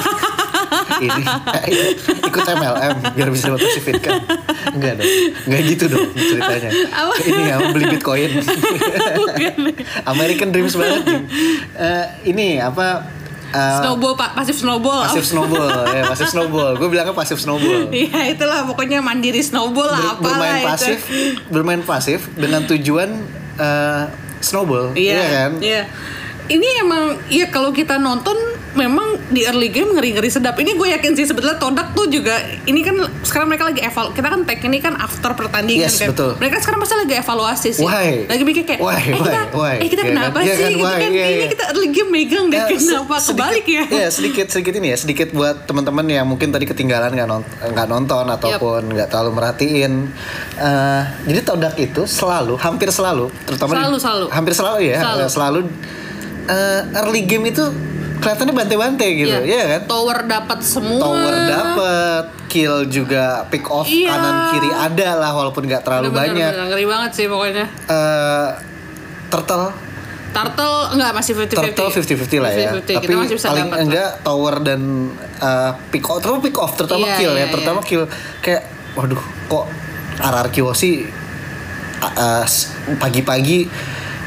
Ini eh, ikut M L M biar bisa dapat passive income. Enggak dong. Enggak gitu dong ceritanya. Apa? Ini ya beli Bitcoin. Bukan. American Dreams banget. Jing. Eh, ini apa? eh, Snowball pak pasif snowball. Pasif snowball, ya pasif snowball. Gue bilangnya pasif snowball. Iya itulah pokoknya mandiri snowball lah Ber- bermain apalah pasif, itu. bermain pasif dengan tujuan eh, snowball, Iya iya kan? Iya. Ini emang ya kalau kita nonton memang di early game ngeri-ngeri sedap. Ini gue yakin sih sebetulnya Todak tuh juga ini kan sekarang mereka lagi eval. Kita kan tag ini kan after pertandingan Yes, kan. betul. Mereka sekarang pasti lagi evaluasi sih. Why? Lagi mikir kayak Why? eh kita Why? Why? eh kita Iya kenapa kan? Iya sih kan? gitu Why? kan. Iya, Kayaknya iya. kita early game megang deh Ya, kenapa se- sedikit- kebalik ya. Ya sedikit sedikit ini ya sedikit buat teman-teman yang mungkin tadi ketinggalan nggak nonton nggak nonton ataupun nggak terlalu merhatiin. Eh, jadi Todak itu selalu hampir selalu terutama Selalu, di, selalu. hampir selalu ya Selalu. eh, selalu eh, early game itu kelihatannya bante-bante gitu Iya. ya kan. Tower dapat semua. Tower dapet, kill juga, pick off Iya. kanan kiri ada lah walaupun nggak terlalu Bener-bener, banyak. bener, ngeri banget sih pokoknya. Eh, turtle, Turtle enggak masih fifty fifty. turtle fifty fifty lah ya. fifty fifty. Tapi Kita masih bisa paling dapat lah. enggak tower dan eh, pick off, terutama pick off, terutama Iya, kill iya, ya, terutama iya. kill kayak, waduh, kok R R Q sih uh, uh, pagi-pagi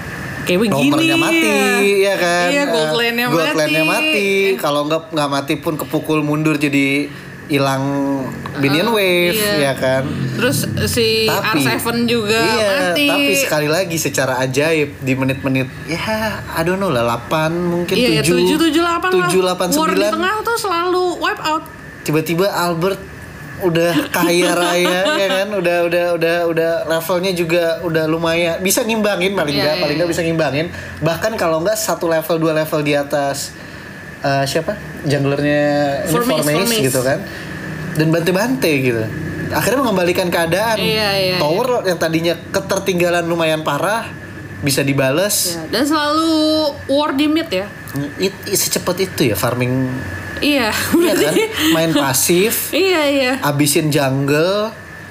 kayak begini. Romernya mati, ya kan? Iya, gold lane-nya gold mati. lane-nya mati. Kalau nggak nggak mati pun kepukul mundur jadi hilang minion Uh, wave, iya. ya kan? Terus si R Tapi- tujuh juga Iya, mati. tapi sekali lagi secara ajaib di menit-menit ya, I don't know lah, delapan mungkin Iya, tujuh, tujuh tujuh delapan lah. tujuh, delapan, War di sembilan. tengah tuh selalu wipe out. Tiba-tiba Albert udah kaya raya ya kan, udah udah udah udah levelnya juga udah lumayan bisa ngimbangin paling Iya, nggak iya, paling nggak iya. bisa ngimbangin, bahkan kalau nggak satu level dua level di atas eh, siapa junglernya ini, Formis, Formis Formis. gitu kan, dan bante-bante gitu, akhirnya mengembalikan keadaan. Iya, iya, Tower yang tadinya ketertinggalan lumayan parah bisa dibales. Ya, dan selalu war di mid ya. It, it- secepat itu ya farming. Iya, Iya kan, berarti. main pasif, Iya, iya. abisin jungle,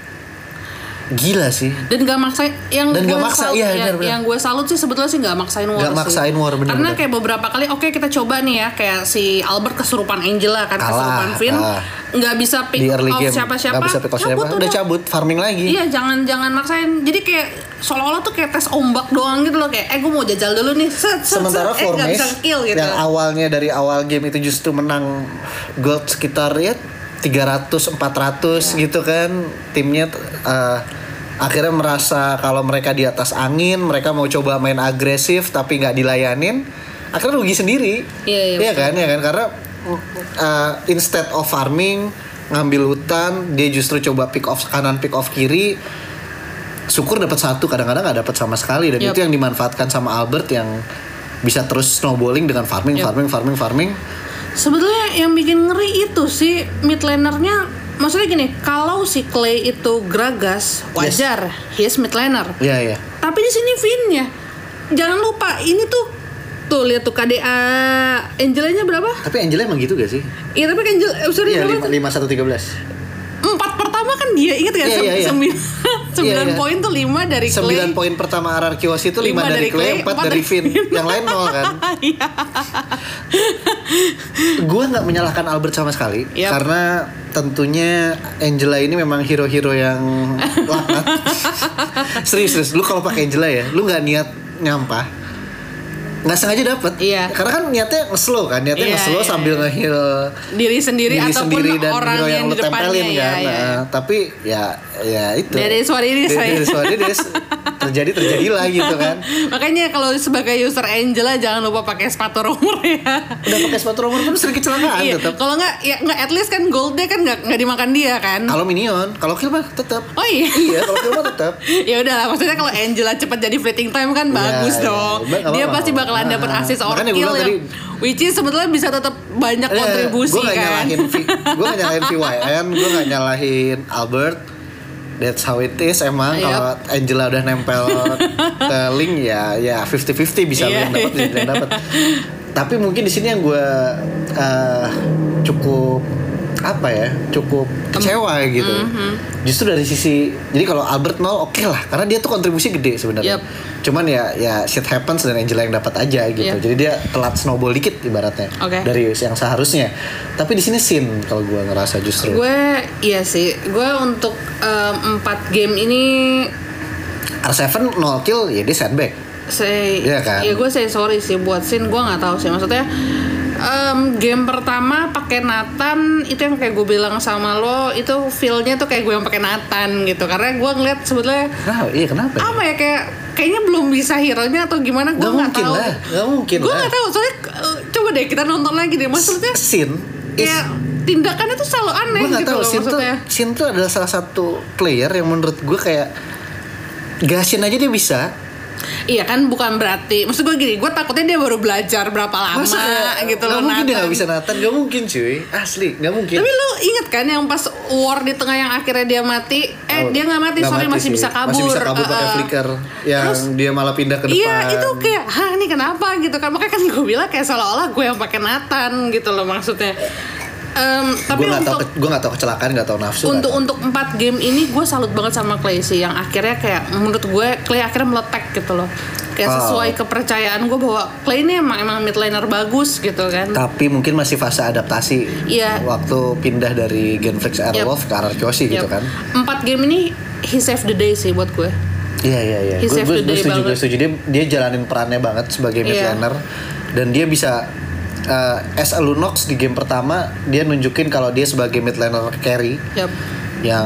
gila sih. Dan gak maksain yang Dan gue gak maksa, salut, iya, ya, benar, benar. yang gue salut sih sebetulnya sih gak maksain war Gak sih. maksain war, benar, Karena benar. kayak beberapa kali oke kita coba nih ya, kayak si Albert kesurupan Angela kan, Kalah, kesurupan Finn, kalah. nggak bisa pick Di early off game siapa-siapa, nggak bisa pick off siapa, udah cabut farming lagi. Iya, jangan jangan maksain. Jadi kayak seolah-olah tuh kayak tes ombak doang gitu loh, kayak eh gue mau jajal dulu nih. Set, set, Sementara set, eh, nggak Formis bisa kill gitu. yang awalnya dari awal game itu justru menang gold sekitar ya tiga ratus empat ratus Iya. gitu kan, timnya eh, akhirnya merasa kalau mereka di atas angin, mereka mau coba main agresif tapi nggak dilayanin, akhirnya rugi sendiri. Iya, iya, betul. kan ya kan, karena uh, instead of farming ngambil hutan, dia justru coba pick off kanan pick off kiri, syukur dapat satu, kadang-kadang nggak dapat sama sekali, dan Yup. itu yang dimanfaatkan sama Albert yang bisa terus snowballing dengan farming Yup. farming farming farming. Sebetulnya yang bikin ngeri itu si mid lanernya, maksudnya gini, kalau si Clay itu Gragas wajar, he is mid laner. Iya iya. Tapi di sini Finn-nya. Jangan lupa ini tuh tuh lihat tuh K D A Angelanya berapa? Tapi Angela emang gitu gak sih? Iya tapi Angel eh, sorry Iya berapa tuh? lima satu tiga belas. Empat pertama kan dia ingat gak? Iya, iya, iya. Sembilan sembilan Iya, iya. poin tuh lima dari Clay. Sembilan poin pertama Ararkios itu lima dari Clay, empat dari Finn, yang lain nol kan. Iya. Gue nggak menyalahkan Albert sama sekali, Yap. karena tentunya Angela ini memang hero-hero yang laknat. serius, serius. Lu kalau pakai Angela ya, lu nggak niat nyampah, nggak sengaja dapet. Iya. Karena kan niatnya nge-slow kan, niatnya Iya, nge-slow iya, sambil iya. nge-heal Diri sendiri diri ataupun sendiri dan orang hero yang yang di lu tempelin depannya, kan. ya, ya. Nah, tapi ya ya itu. That is what it is, That saya. is what it is. Terjadi terjadilah gitu kan. Makanya kalau sebagai user Angela jangan lupa pakai sepatu romer ya. Udah pakai sepatu romer pun sering kecelakaan Iya, tetap. kalau nggak ya nggak at least kan goldnya kan nggak nggak dimakan dia kan. Kalau minion, kalau kill mah tetap. Oh iya. Iya, kalau kill mah tetap. Ya udah lah, maksudnya kalau Angela cepat jadi fleeting time kan bagus iya, dong. iya. Nggak Dia apa-apa. pasti bakalan dapat Nah, assist or makanya gua kill bilang yang tadi- which is sebetulnya bisa tetap banyak kontribusi Gue gak kan. nyalahin V, gue gak nyalahin V Y N, gue gak nyalahin Albert. That's how it is emang. Yep. Kalau Angela udah nempel ke link ya ya fifty fifty bisa lu Iya. yang dapat bisa lu yang dapat. Tapi mungkin di sini yang gue uh, cukup apa ya cukup kecewa gitu. Mm-hmm. Justru dari sisi, jadi kalau Albert nol oke lah, karena dia tuh kontribusi gede sebenarnya. Yep. Cuman ya ya shit happens dan Angela yang dapat aja gitu. Yep. Jadi dia telat snowball dikit ibaratnya Oke. dari yang seharusnya. Tapi di sini sin kalau gue ngerasa justru. Gue iya sih, gue untuk em, empat game ini R tujuh nol kill ya dia sandbag. saya Iya kan? ya gue say sorry sih buat Sin, gue nggak tahu sih maksudnya. Em, game pertama pakai Nathan itu yang kayak gue bilang sama lo, itu feel-nya tuh kayak gue yang pakai Nathan gitu, karena gue ngeliat sebetulnya Nah, iya kenapa? apa ya kayak kayaknya belum bisa hero-nya atau gimana, gue Gak nggak mungkin tahu. lah, gak mungkin Gue lah. nggak tahu soalnya eh, coba deh kita nonton lagi deh, maksudnya Sin is, kayak tindakannya tuh selalu aneh gue nggak gitu tahu. loh Sin tuh, maksudnya. Sin tuh adalah salah satu player yang menurut gue kayak gasin aja dia bisa. Iya kan, bukan berarti maksud gue gini, gue takutnya dia baru belajar berapa lama Masa gitu gak loh mungkin dia Nathan. gak bisa Nathan, gak mungkin cuy, asli gak mungkin. Tapi lu inget kan yang pas war di tengah yang akhirnya dia mati, eh Oh, dia nggak mati, nggak sorry mati masih sih. bisa kabur. Masih bisa kabur Eh, pakai eh. flicker yang Terus, dia malah pindah ke depan. Iya itu kayak, hah ini kenapa gitu kan, makanya kan gue bilang kayak seolah-olah gue yang pakai Nathan gitu loh maksudnya. Em, tapi gue nggak tahu, untuk gue nggak tahu kecelakaan, nggak tahu nafsu. untuk nggak tahu. untuk empat game ini gue salut banget sama Clay sih, yang akhirnya kayak menurut gue Clay akhirnya meletek gitu loh, kayak Oh. sesuai kepercayaan gue bahwa Clay ini emang emang mid laner bagus gitu kan. Tapi mungkin masih fase adaptasi. Iya. Waktu pindah dari Genflix Airwolf ke Ararkyoshi gitu Yap. kan. Empat game ini he saved the day sih buat gue. Iya iya iya. He Gue saved the day setuju, gue banget. setuju dia dia jalanin perannya banget sebagai mid Iya. laner dan dia bisa uh, as a Lunox di game pertama dia nunjukin kalau dia sebagai mid laner carry Yap. yang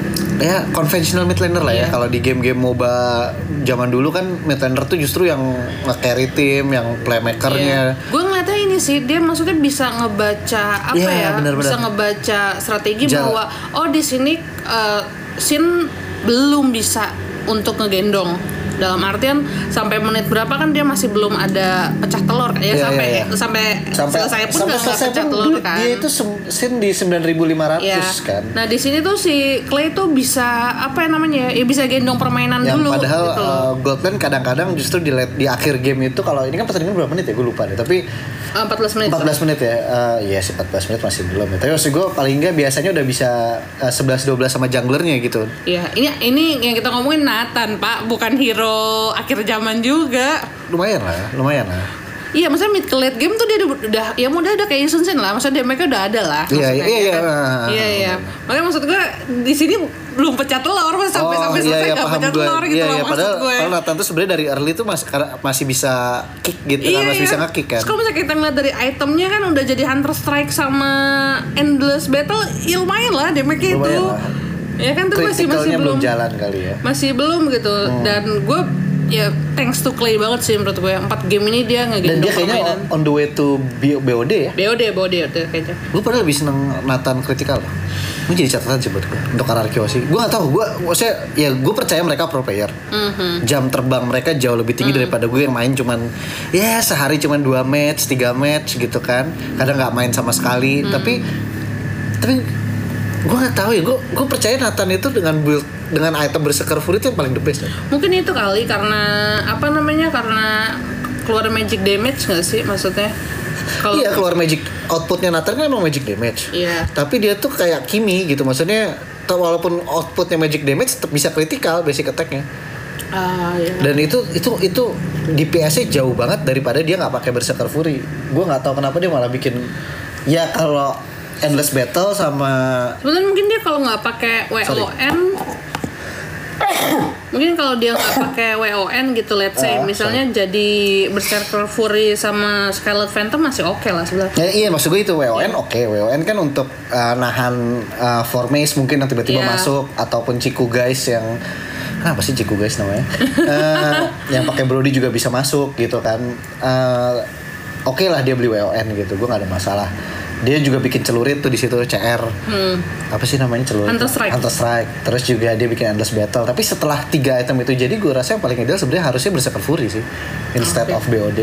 ya konvensional mid laner lah ya. Iya. Kalau di game-game MOBA zaman dulu kan mid laner tuh justru yang nge-carry tim, yang playmakernya. Gue ngeliatnya ini sih dia maksudnya bisa ngebaca apa Iya, ya, bener-bener. bisa ngebaca strategi Jal- bahwa oh di sini uh, Sin belum bisa untuk ngegendong. Dalam artian sampai menit berapa kan dia masih belum ada pecah telur ya, Iya, sampai iya, iya. sampai Sampai selesai pun sampai nggak selesai pecah pun telur dia, kan. dia itu sem- sin di sembilan ribu lima ratus Iya. kan. Nah di sini tuh si Clay tuh bisa apa ya namanya ya bisa gendong permainan Yang dulu. padahal gitu. uh, Goldland kadang-kadang justru di late- di akhir game itu kalau ini kan pertandingan berapa menit ya gue lupa deh tapi Uh, empat belas menit. empat belas menit ya. Uh, iya sih empat belas menit masih belum ya. Tapi maksud gue paling enggak biasanya udah bisa uh, sebelas dua belas sama junglernya gitu. Iya, ini ini yang kita ngomongin Nathan, Pak, bukan hero akhir zaman juga. Lumayan lah, lumayan lah. Iya, maksudnya mid ke late game tuh dia udah, udah ya udah ada kayak Sun Sin lah, maksudnya mereka udah ada lah. Iya, maksudnya, iya, ya iya, kan? ah, Iya, iya. Makanya maksud gue di sini belum pecah telur, pas sampai Oh, sampai iya, selesai iya, nggak paham pecah gue. telur gitu Iya, loh iya, maksud padahal, gue. padahal Nathan tuh sebenarnya dari early tuh masih masih bisa kick gitu kan, masih bisa nge-kick kan. Terus kalau misalnya kita ngeliat dari itemnya kan udah jadi Hunter Strike sama Endless Battle, ya lumayan lah damage-nya itu. Lumayan lah. Ya kan tuh masih masih Critical-nya belum belum jalan kali ya. masih belum gitu Hmm. dan gue ya thanks to Clay banget sih menurut gue empat game ini dia Dan ngegendong dia kayaknya permainan. on, on the way to B- BOD ya. B O D, B O D itu kayaknya. Gue padahal lebih seneng Nathan critical loh. Ini jadi catatan sih buat gue untuk R R Q sih. Gue gak tahu, gue maksudnya ya gue percaya mereka pro player. Mhm. Jam terbang mereka jauh lebih tinggi daripada gue yang main cuman ya sehari cuman dua match, tiga match gitu kan. Kadang nggak main sama sekali. Tapi tapi gue nggak tahu ya. Gue gue percaya Nathan itu dengan build dengan item berserker fury itu yang paling the best. Ya. Mungkin itu kali karena apa namanya karena keluar magic damage nggak sih maksudnya? Kalau Iya keluar magic outputnya Nathan kan emang magic damage. Iya. Tapi dia tuh kayak Kimi gitu maksudnya. t- Walaupun outputnya magic damage tetap bisa critical basic attack-nya. Ah, iya. Dan itu itu itu D P S-nya jauh banget daripada dia nggak pakai berserker fury. Gue nggak tahu kenapa dia malah bikin ya kalau endless battle sama Sebenarnya mungkin dia kalau nggak pakai W O N mungkin kalau dia nggak pakai W O N gitu let's say Ah, misalnya jadi Berserker Fury sama Scarlet Phantom masih oke lah sebenarnya. ya, iya maksud gue itu W O N oke W O N kan untuk uh, nahan uh, Formace mungkin yang tiba-tiba Iya. masuk ataupun Ciku guys yang kenapa sih Ciku guys namanya uh, yang pakai Brody juga bisa masuk gitu kan uh, oke lah dia beli W O N gitu gue nggak ada masalah. Dia juga bikin celurit tuh di situ C R. Hmm. Apa sih namanya celurit? Hunter Strike. Hunter Strike. Terus juga dia bikin endless battle. Tapi setelah tiga item itu jadi gue rasa yang paling ideal sebenarnya harusnya Berserker Fury sih instead Oke. of B O D.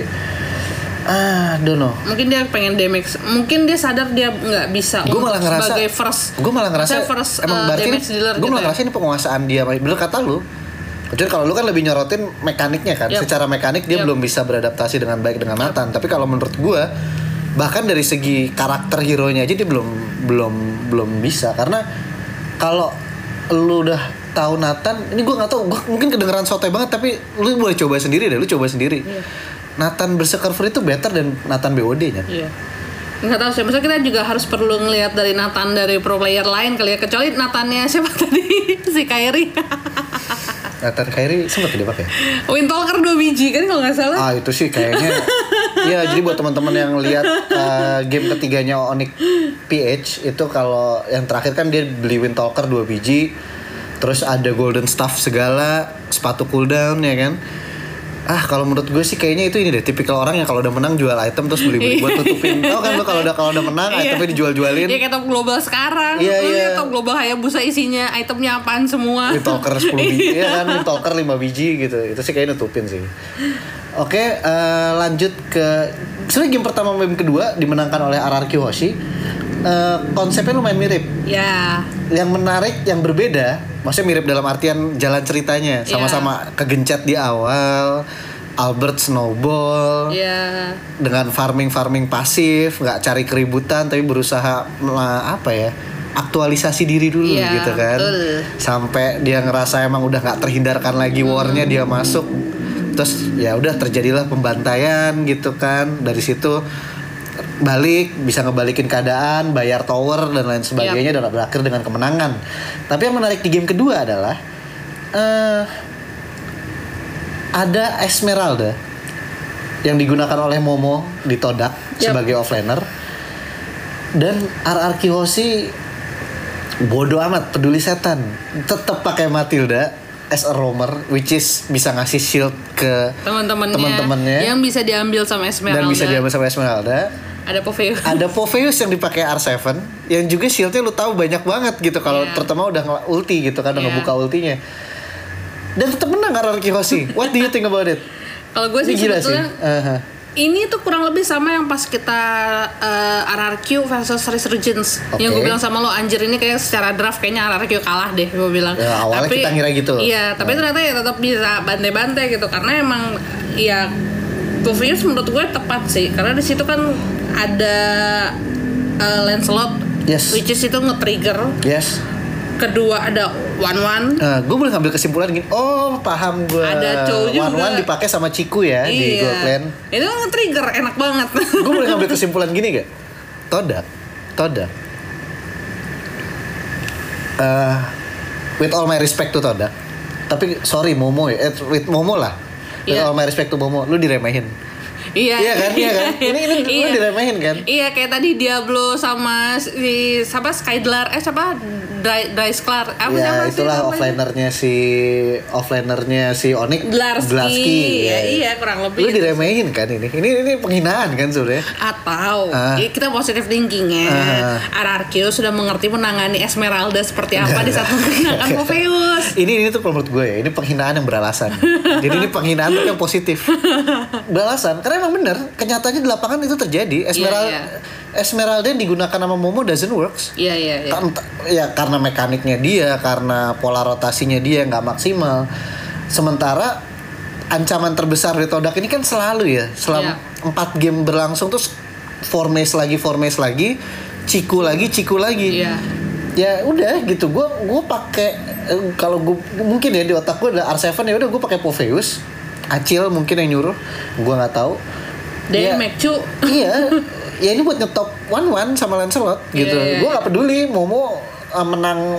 Ah, don't know. Mungkin dia pengen damage. Mungkin dia sadar dia nggak bisa Gue malah untuk ngerasa sebagai first. gue malah ngerasa maksudnya first emang uh, berarti ini, damage dealer gue gitu malah ya. ngerasa ini penguasaan dia bener kata lu. Kecuali kalau lu kan lebih nyorotin mekaniknya kan. Yap. Secara mekanik dia Yap. belum bisa beradaptasi dengan baik dengan Nathan. Tapi kalau menurut gue bahkan dari segi karakter hero-nya aja dia belum belum belum bisa karena kalau lu udah tahu Nathan ini gue nggak tahu gue mungkin kedengeran sotoy banget tapi lu boleh coba sendiri deh lu coba sendiri. Iya. Nathan Berserker Fury itu better dan Nathan B O D-nya. Iya. Nggak tahu sih, maksudnya kita juga harus perlu ngelihat dari Nathan dari pro player lain kali ya, kecuali Nathannya siapa tadi si Kairi. Nathan Kairi sempat dia pakai. Windtalker dua biji kan kalau nggak salah. Ah itu sih kayaknya. Iya jadi buat teman-teman yang lihat uh, game ketiganya Onyx P H itu kalau yang terakhir kan dia beli Windtalker dua biji, terus ada golden staff segala, sepatu cooldown ya kan. Ah kalau menurut gue sih kayaknya itu ini deh tipikal orang yang kalau udah menang jual item terus beli-beli buat tutupin. Tahu kan lo kalau udah kalau udah menang Iya. itemnya dijual-jualin. Iya kayak top global sekarang. Iya, Lu iya. lihat top global Hayabusa isinya itemnya apaan semua. Windtalker sepuluh biji ya kan, Windtalker lima biji gitu. Itu sih kayaknya nutupin sih. Oke, eh, lanjut ke sebenarnya game pertama game kedua dimenangkan oleh R R Q Hoshi. Eh, konsepnya lumayan mirip. Ya. Yang menarik, yang berbeda, maksudnya mirip dalam artian jalan ceritanya, sama-sama kegencet di awal. Albert snowball Ya. dengan farming-farming pasif, nggak cari keributan tapi berusaha mela- apa ya? aktualisasi diri dulu Iya, gitu kan. betul. Sampai dia ngerasa emang udah nggak terhindarkan lagi warnya dia masuk. Terus ya udah terjadilah pembantaian gitu kan. Dari situ balik bisa ngebalikin keadaan, bayar tower dan lain sebagainya dan berakhir dengan kemenangan. Tapi yang menarik di game kedua adalah eh Ada Esmeralda yang digunakan oleh Momo di Todak Yep. sebagai offlaner. Dan R R Kiyoshi bodoh amat, peduli setan, tetap pakai Matilda as a roamer, which is bisa ngasih shield ke Teman-temannya, teman-temannya yang bisa diambil sama Esmeralda. dan bisa diambil sama Esmeralda. Ada Popheus. Ada Popheus yang dipakai R tujuh yang juga shieldnya lu tahu banyak banget gitu kalau Yeah. terutama udah nge- ulti gitu kan, udah Yeah. ngebuka ultinya. Dan tetap menang R R Kiyoshi. What do you think about it? Kalau gue sih Ini gila sih. sebetulnya Aha. ini tuh kurang lebih sama yang pas kita uh, R R Q versus Resurgence. Oke. Yang gue bilang sama lo, anjir ini kayak secara draft kayaknya R R Q kalah deh, gue bilang. Ya, awalnya kita ngira gitu. Iya, tapi Nah. ternyata ya tetap bisa bantai-bantai gitu karena emang ya Popheus menurut gue tepat sih karena di situ kan ada uh, Lancelot, Yes. which is itu nge-trigger. Yes. Kedua ada One One. Nah, gue boleh ngambil kesimpulan gini. Oh, paham gue. Ada Chow juga. One One dipakai sama Ciku ya di Gold Clan. Itu nge-trigger enak banget. Gue boleh ngambil kesimpulan gini gak? Todak, Todak. Uh, with all my respect to Todak. Tapi sorry Momo ya, eh, with Momo lah. With Iya. all my respect to Momo, lu diremehin. Iya. Iya kan, iya kan. Ini ini lu Iya. diremehin kan. Iya, kayak tadi Diablo sama si siapa Skydlar eh siapa Dry Drysklar apa Ya siapa sih itulah namanya? offlinernya si offlinernya si Onyx Glarski. Ya, iya kurang lebih Lu itu. diremehin kan ini. Ini ini penghinaan kan sebenarnya. Atau Ah. ya, kita positive thinking ya. Ah. R R Q sudah mengerti menangani Esmeralda seperti apa di saat menggunakan Popheus. Ini ini tuh kalau menurut gue ya, ini penghinaan yang beralasan. Jadi ini penghinaan tuh yang positif. Beralasan karena emang bener, kenyataannya di lapangan itu terjadi. Esmeralda Iya, Esmeralda yang digunakan sama Momo doesn't works. Iya iya iya. Kan- ya karena mekaniknya dia, karena pola rotasinya dia nggak maksimal. Sementara ancaman terbesar di Todak ini kan selalu ya, selama empat game berlangsung terus four maze lagi, four maze lagi, Ciku lagi, Ciku lagi. Iya. Ya udah gitu, gue gue pakai eh, kalau gue mungkin ya di otak gue ada R tujuh ya udah gue pakai Popheus, Acil mungkin yang nyuruh, gue nggak tahu. Dan Ya, Mekcu. iya, ya ini buat nyetop one one sama Lancelot gitu. Iya, iya, Gue iya. nggak peduli Momo uh, menang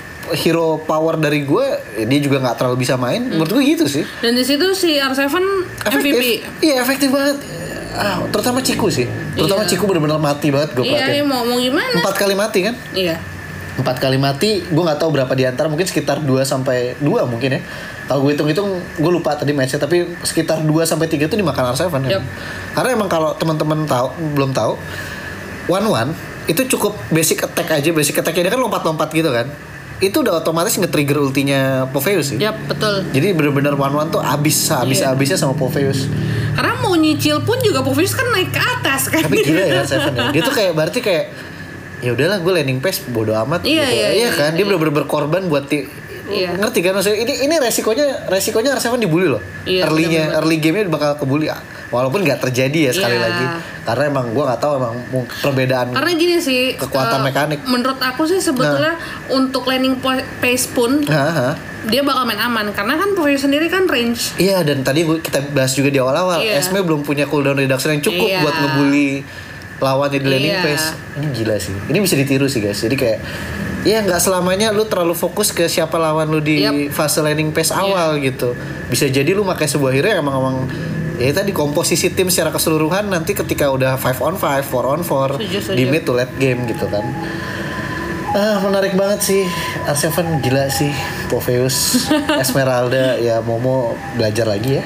hero power dari gue, ya dia juga nggak terlalu bisa main. Hmm. Menurut gue gitu sih. Dan di situ si R tujuh M V P. Iya efektif banget. Ah, terutama Ciku sih. Terutama Iya. Ciku benar-benar mati banget gue Iya, perhatiin. iya mau mau gimana? Empat kali mati kan? Iya. Empat kali mati, gue nggak tahu berapa di antara, mungkin sekitar dua sampai dua mungkin ya. Kalau gue hitung-hitung, gue lupa tadi matchnya, tapi sekitar dua sampai tiga itu dimakan R tujuh ya. Yup. Karena emang kalau teman-teman tahu belum tahu, one one itu cukup basic attack aja, basic attacknya dia kan lompat-lompat gitu kan. Itu udah otomatis nge-trigger ultinya Popheus sih. Yap, betul. Jadi bener-bener one one tuh abis, abis-abisnya sama Popheus. Karena mau nyicil pun juga Popheus kan naik ke atas kan. Tapi gila ya R tujuh ya. Dia tuh kayak berarti kayak ya udahlah gue landing page bodo amat Iya, gitu. iya, Iya iya, kan, dia iya. bener-bener berkorban buat ti- Iya. ngerti kan maksudnya ini ini resikonya resikonya R tujuh dibully loh. Iya, Early-nya bener-bener. early game-nya bakal kebully. Walaupun nggak terjadi ya sekali Iya. lagi. Karena emang gue nggak tahu emang mung- perbedaan. Karena gini sih, Kekuatan eh, mekanik. menurut aku sih sebetulnya untuk landing po- pace pun Haha. dia bakal main aman karena kan Popheus sendiri kan range. Iya, dan tadi gua- kita bahas juga di awal-awal, Iya. Esme belum punya cooldown reduction yang cukup Iya. buat ngebully lawannya di landing Iya. phase. Ini gila sih. Ini bisa ditiru sih guys. Jadi kayak ya nggak selamanya lu terlalu fokus ke siapa lawan lu di Yap. fase landing phase awal gitu. Bisa jadi lu pakai sebuah hero yang emang emang ya tadi komposisi tim secara keseluruhan nanti ketika udah five on five, four on four Setuju, setuju. di mid to late game gitu kan. Ah, menarik banget sih. R tujuh gila sih. Popheus, Esmeralda, ya Momo belajar lagi ya.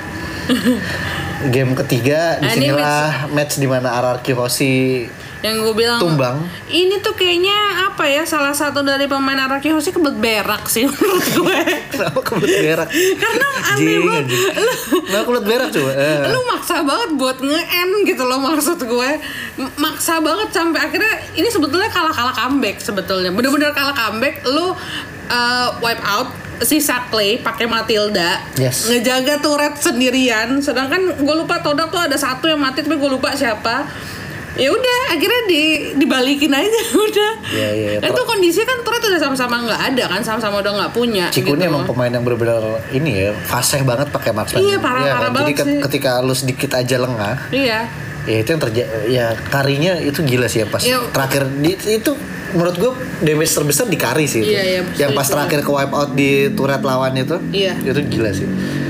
Game ketiga Nah, ini disinilah match di mana R R Q Hoshi Yang gue bilang tumbang. ini tuh kayaknya apa ya, salah satu dari pemain R R Q Hoshi kebelet berak sih menurut gue. Kenapa kebelet berak? Karena aneh Jing, banget. anjing. Kenapa kebelet berak coba? Eh. Lu maksa banget buat nge-end gitu loh, maksud gue. M- maksa banget sampai akhirnya ini sebetulnya kalah-kalah comeback sebetulnya. Bener-bener kalah comeback. Lu uh, wipe out si Sakley pakai Matilda, Yes. ngejaga turret sendirian. Sedangkan gue lupa Todak tuh ada satu yang mati tapi gue lupa siapa. Ya udah akhirnya di dibalikin aja udah. Iya, iya, iya. Kan tuh kondisi kan turret udah sama-sama nggak ada kan, sama-sama udah nggak punya. Ciku ini gitu. emang pemain yang benar-benar ini ya, fasih banget pakai marksman. Iya, parah- Iya parah kan? Jadi banget ke- sih. ketika lu sedikit aja lengah, Iya. ya itu yang terjadi. Ya karinya itu gila sih yang pas Iya. terakhir di, itu menurut gue damage terbesar di kari sih itu. Iya, iya, Yang pas betul. terakhir ke wipe out di turret lawan itu. Iya. Itu gila sih.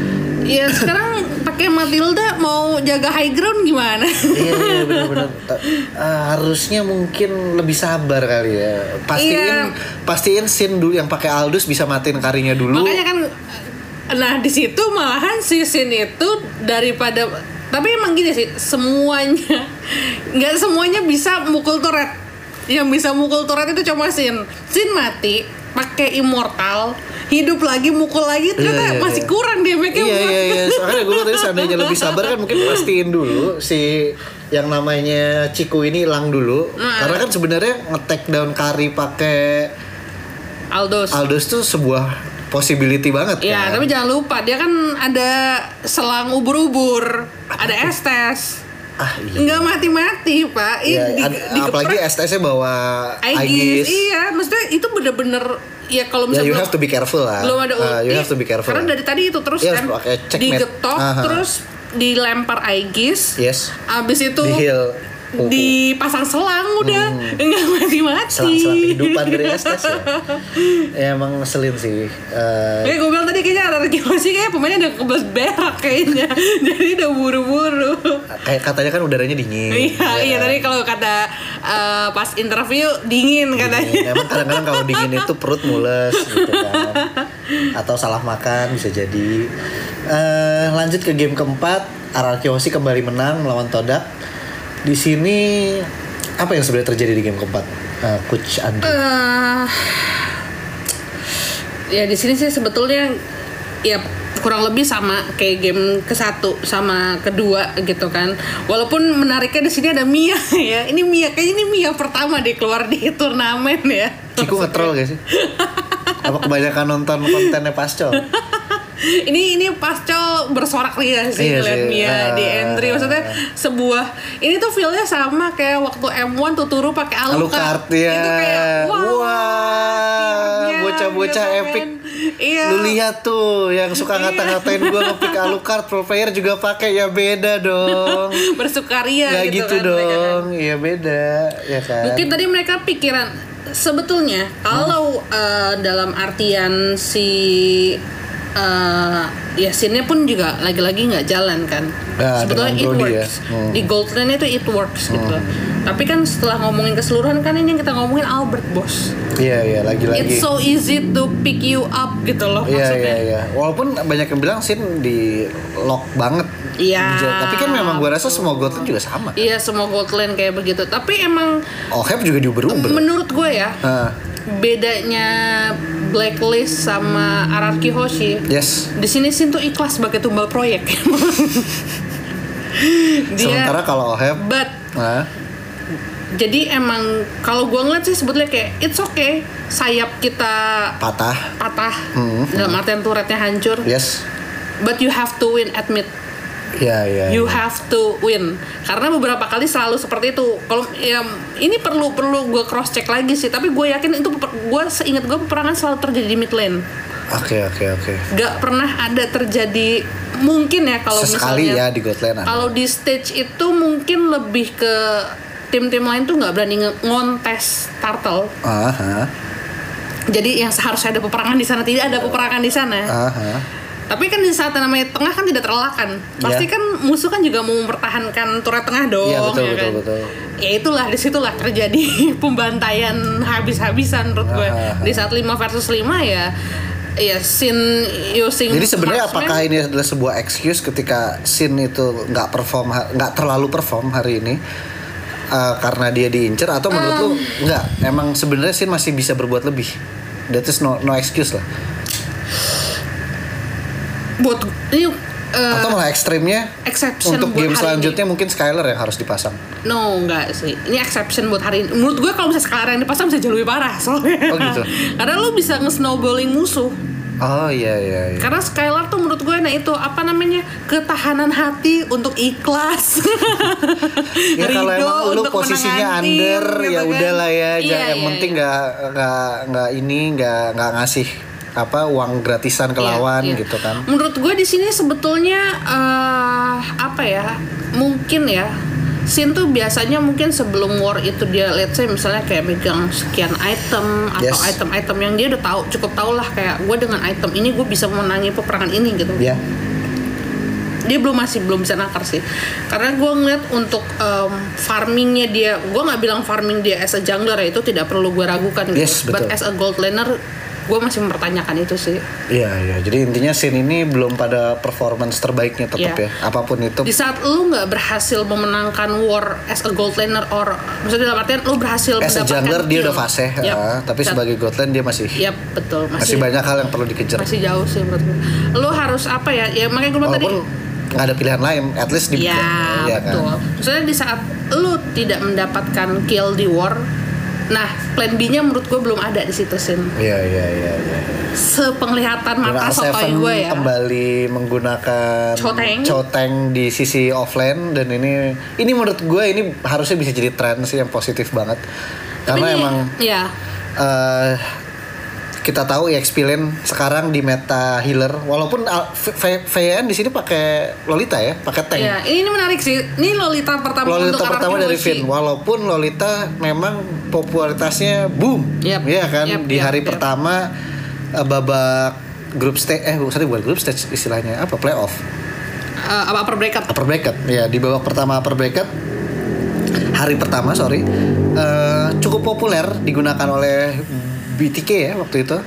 Ya sekarang pakai Matilda mau jaga high ground gimana? Iya, iya benar-benar. Uh, harusnya mungkin lebih sabar kali ya. Pastiin, iya. pastiin Sin dulu yang pakai Aldous bisa matiin Karinya dulu. Makanya kan, nah di situ malahan si Sin itu daripada, tapi emang gini sih, semuanya nggak semuanya bisa mukul turret. Yang bisa mukul turret itu cuma Sin. Sin mati pakai immortal, hidup lagi mukul lagi, ternyata yeah, yeah, masih yeah. kurang dia make-nya. Iya iya iya, soalnya gue tadi seandainya lebih sabar kan mungkin pastiin dulu si yang namanya Chiku ini hilang dulu. Nah, karena kan sebenarnya nge-take down Kari pakai Aldous. Aldous tuh sebuah possibility banget kan. Iya, tapi jangan lupa dia kan ada selang ubur-ubur, ada Estes. Ah, iya. Nggak mati-mati pak. Ya, di, ad, di apalagi S T S-nya bawa Aegis. Iya, maksudnya itu bener-bener ya kalau misalnya yeah, you have to be careful lah. Belum ada ulti. Uh, you have to be careful. Karena dari tadi itu terus yeah, kan digetok, terus dilempar Aegis. Yes. Abis itu di heal. Dipasang selang udah hmm. nggak mati-mati. Selang-selang kehidupan dari Estes ya. Ya emang ngeselin sih. Uh, Kayak gue bilang tadi kayaknya Araki Hoshi kayak pemainnya udah kebelas berak kayaknya. Jadi udah buru-buru. Kayak katanya kan udaranya dingin. Iya ya. Iya tadi kalau kata uh, pas interview dingin, dingin katanya. Emang kadang-kadang kalau dingin itu perut mules gitu kan. Atau salah makan bisa jadi. Uh, lanjut ke game keempat, Araki Hoshi kembali menang melawan Todak. Di sini apa yang sebenarnya terjadi di game keempat, uh, Coach Andrew? Uh, ya di sini sih sebetulnya ya kurang lebih sama kayak game ke satu sama kedua gitu kan. Walaupun menariknya di sini ada Mia ya. Ini Mia kayaknya ini Mia pertama deh keluar di turnamen ya. Ciku nge-troll gak sih? Apa kebanyakan nonton kontennya Pascol? ini ini Pascol bersorak ria sih iya ngeliat Mia uh, di entry, maksudnya sebuah ini tuh feelnya sama kayak waktu M satu Tuturu pakai Alucard. Alucard ya. Itu kayak wah, wow, bocah-bocah gitu, epic. Iya. Lu lihat tuh yang suka ngata-ngatain gue nge-pick Alucard, pro player juga pakai, ya beda dong. Bersukaria nggak gitu, gitu kan, dong. Iya kan? Beda ya kan. Mungkin tadi mereka pikiran sebetulnya kalau hmm. uh, dalam artian si Uh, ya scene-nya pun juga lagi-lagi nggak jalan kan. Nah, sebetulnya it works ya. hmm. di Gold Lane itu it works hmm. gitu. Tapi kan setelah ngomongin keseluruhan kan ini yang kita ngomongin Albert bos. Iya iya lagi-lagi. It's so easy to pick you up gitu loh yeah, maksudnya. Iya iya iya. Walaupun banyak yang bilang scene di lock banget. Iya. Tapi kan memang gue rasa semua Gold Lane juga sama. Kan? Iya semua Gold Lane kayak begitu. Tapi emang Oheb juga diuber-uber. Menurut gue ya. Ha. Bedanya Blacklist sama Araki Hoshi. Yes. Di sini Sin tuh ikhlas sebagai tumbal proyek. Dia, sementara kalau Oheb, but, nah. jadi emang kalau gue ngeliat sih sebetulnya kayak it's okay sayap kita patah, patah mm-hmm. dalam artian turretnya hancur. Yes. But you have to win at mid. Ya, ya, you ya. have to win karena beberapa kali selalu seperti itu. Kalau ya ini perlu perlu gue cross check lagi sih, tapi gue yakin itu gue seingat gue peperangan selalu terjadi di mid lane. Oke okay, oke okay, oke. Okay. Gak pernah ada terjadi mungkin ya kalau sesekali misalnya ya di God Lane. Kalau di stage itu mungkin lebih ke tim-tim lain tuh nggak berani ngontes turtle. Uh-huh. Jadi yang seharusnya ada peperangan di sana tidak ada peperangan di sana. Uh-huh. Tapi kan di saat namanya tengah kan tidak terelakkan. Pasti yeah. kan musuh kan juga mau mempertahankan turret tengah dong. Iya yeah, betul ya betul kan? betul. Ya itulah disitulah terjadi pembantaian habis-habisan menurut gue. Uh-huh. Di saat lima versus lima ya. Ya Sin using. Jadi sebenarnya apakah ini adalah sebuah excuse ketika Sin itu nggak perform nggak terlalu perform hari ini uh, karena dia diincer, atau menurut um, lu nggak? Emang sebenarnya Sin masih bisa berbuat lebih. That is no no excuse lah. Buat ini uh, atau malah ekstrimnya untuk game selanjutnya ini. Mungkin Skylar yang harus dipasang. No enggak sih, ini exception buat hari ini. Menurut gue kalau misalnya Skylar yang dipasang bisa jauh lebih parah soalnya. Oh gitu. Karena lu bisa nge-snowballing musuh. Oh iya iya, iya. Karena Skylar tuh menurut gue nah itu apa namanya ketahanan hati untuk ikhlas. Ya kalau emang lu posisinya under gitu ya kan? Udahlah ya, iya, yang iya, penting nggak iya. nggak nggak ini nggak nggak ngasih apa uang gratisan ke lawan iya, iya. gitu kan. Menurut gue di sini sebetulnya uh, apa ya? Mungkin ya Sin tuh biasanya mungkin sebelum war itu dia let's say misalnya kayak megang sekian item atau yes. item-item yang dia udah tahu cukup tahu lah kayak gue dengan item ini gue bisa memenangi peperangan ini gitu. Yeah. dia belum masih belum bisa nakar sih. Karena gue ngeliat untuk um, farmingnya dia, gue nggak bilang farming dia as a jungler ya, itu tidak perlu gue ragukan gitu. Yes, betul. But as a gold laner gue masih mempertanyakan itu sih. Iya, iya. Jadi intinya scene ini belum pada performance terbaiknya tetap Iya. ya. Apapun itu. Di saat lu nggak berhasil memenangkan war as a gold laner, or maksudnya dalam artian lu berhasil As a mendapatkan jungler dia kill. udah fase, Yap. ah, tapi Saat- sebagai god lane dia masih Yap, betul. masih, Masih, banyak hal yang perlu dikejar. masih jauh sih menurut gue. Lu harus apa ya? Ya makanya gue bilang tadi. Walaupun nggak ada pilihan lain, at least di Ya, ya betul. kan? Maksudnya di saat lu tidak mendapatkan kill di war, nah plan B-nya menurut gue belum ada di situ Sin. Iya, iya, iya, iya. Sepenglihatan Dan mata R sotoy tujuh gue ya. kembali menggunakan Choteng. Choteng di sisi offlane, dan ini ini menurut gue ini harusnya bisa jadi tren sih yang positif banget. Karena Tapi ini- emang ya, eh, kita tahu E X P lane sekarang di meta healer, walaupun Al- V- V- V N di sini pakai Lolita ya, pakai tank. ya ini, ini menarik sih. Ini Lolita pertama Lolita untuk pertama Araki dari Hoshi. Finn, walaupun Lolita memang popularitasnya boom, Yap, ya kan yap, di yap, hari yap. pertama eh, babak grup stage, eh sorry bukan grup stage istilahnya apa playoff, Eh, apa upper bracket. upper bracket, ya di babak pertama upper bracket hari pertama sorry eh, cukup populer digunakan oleh B T K ya waktu itu.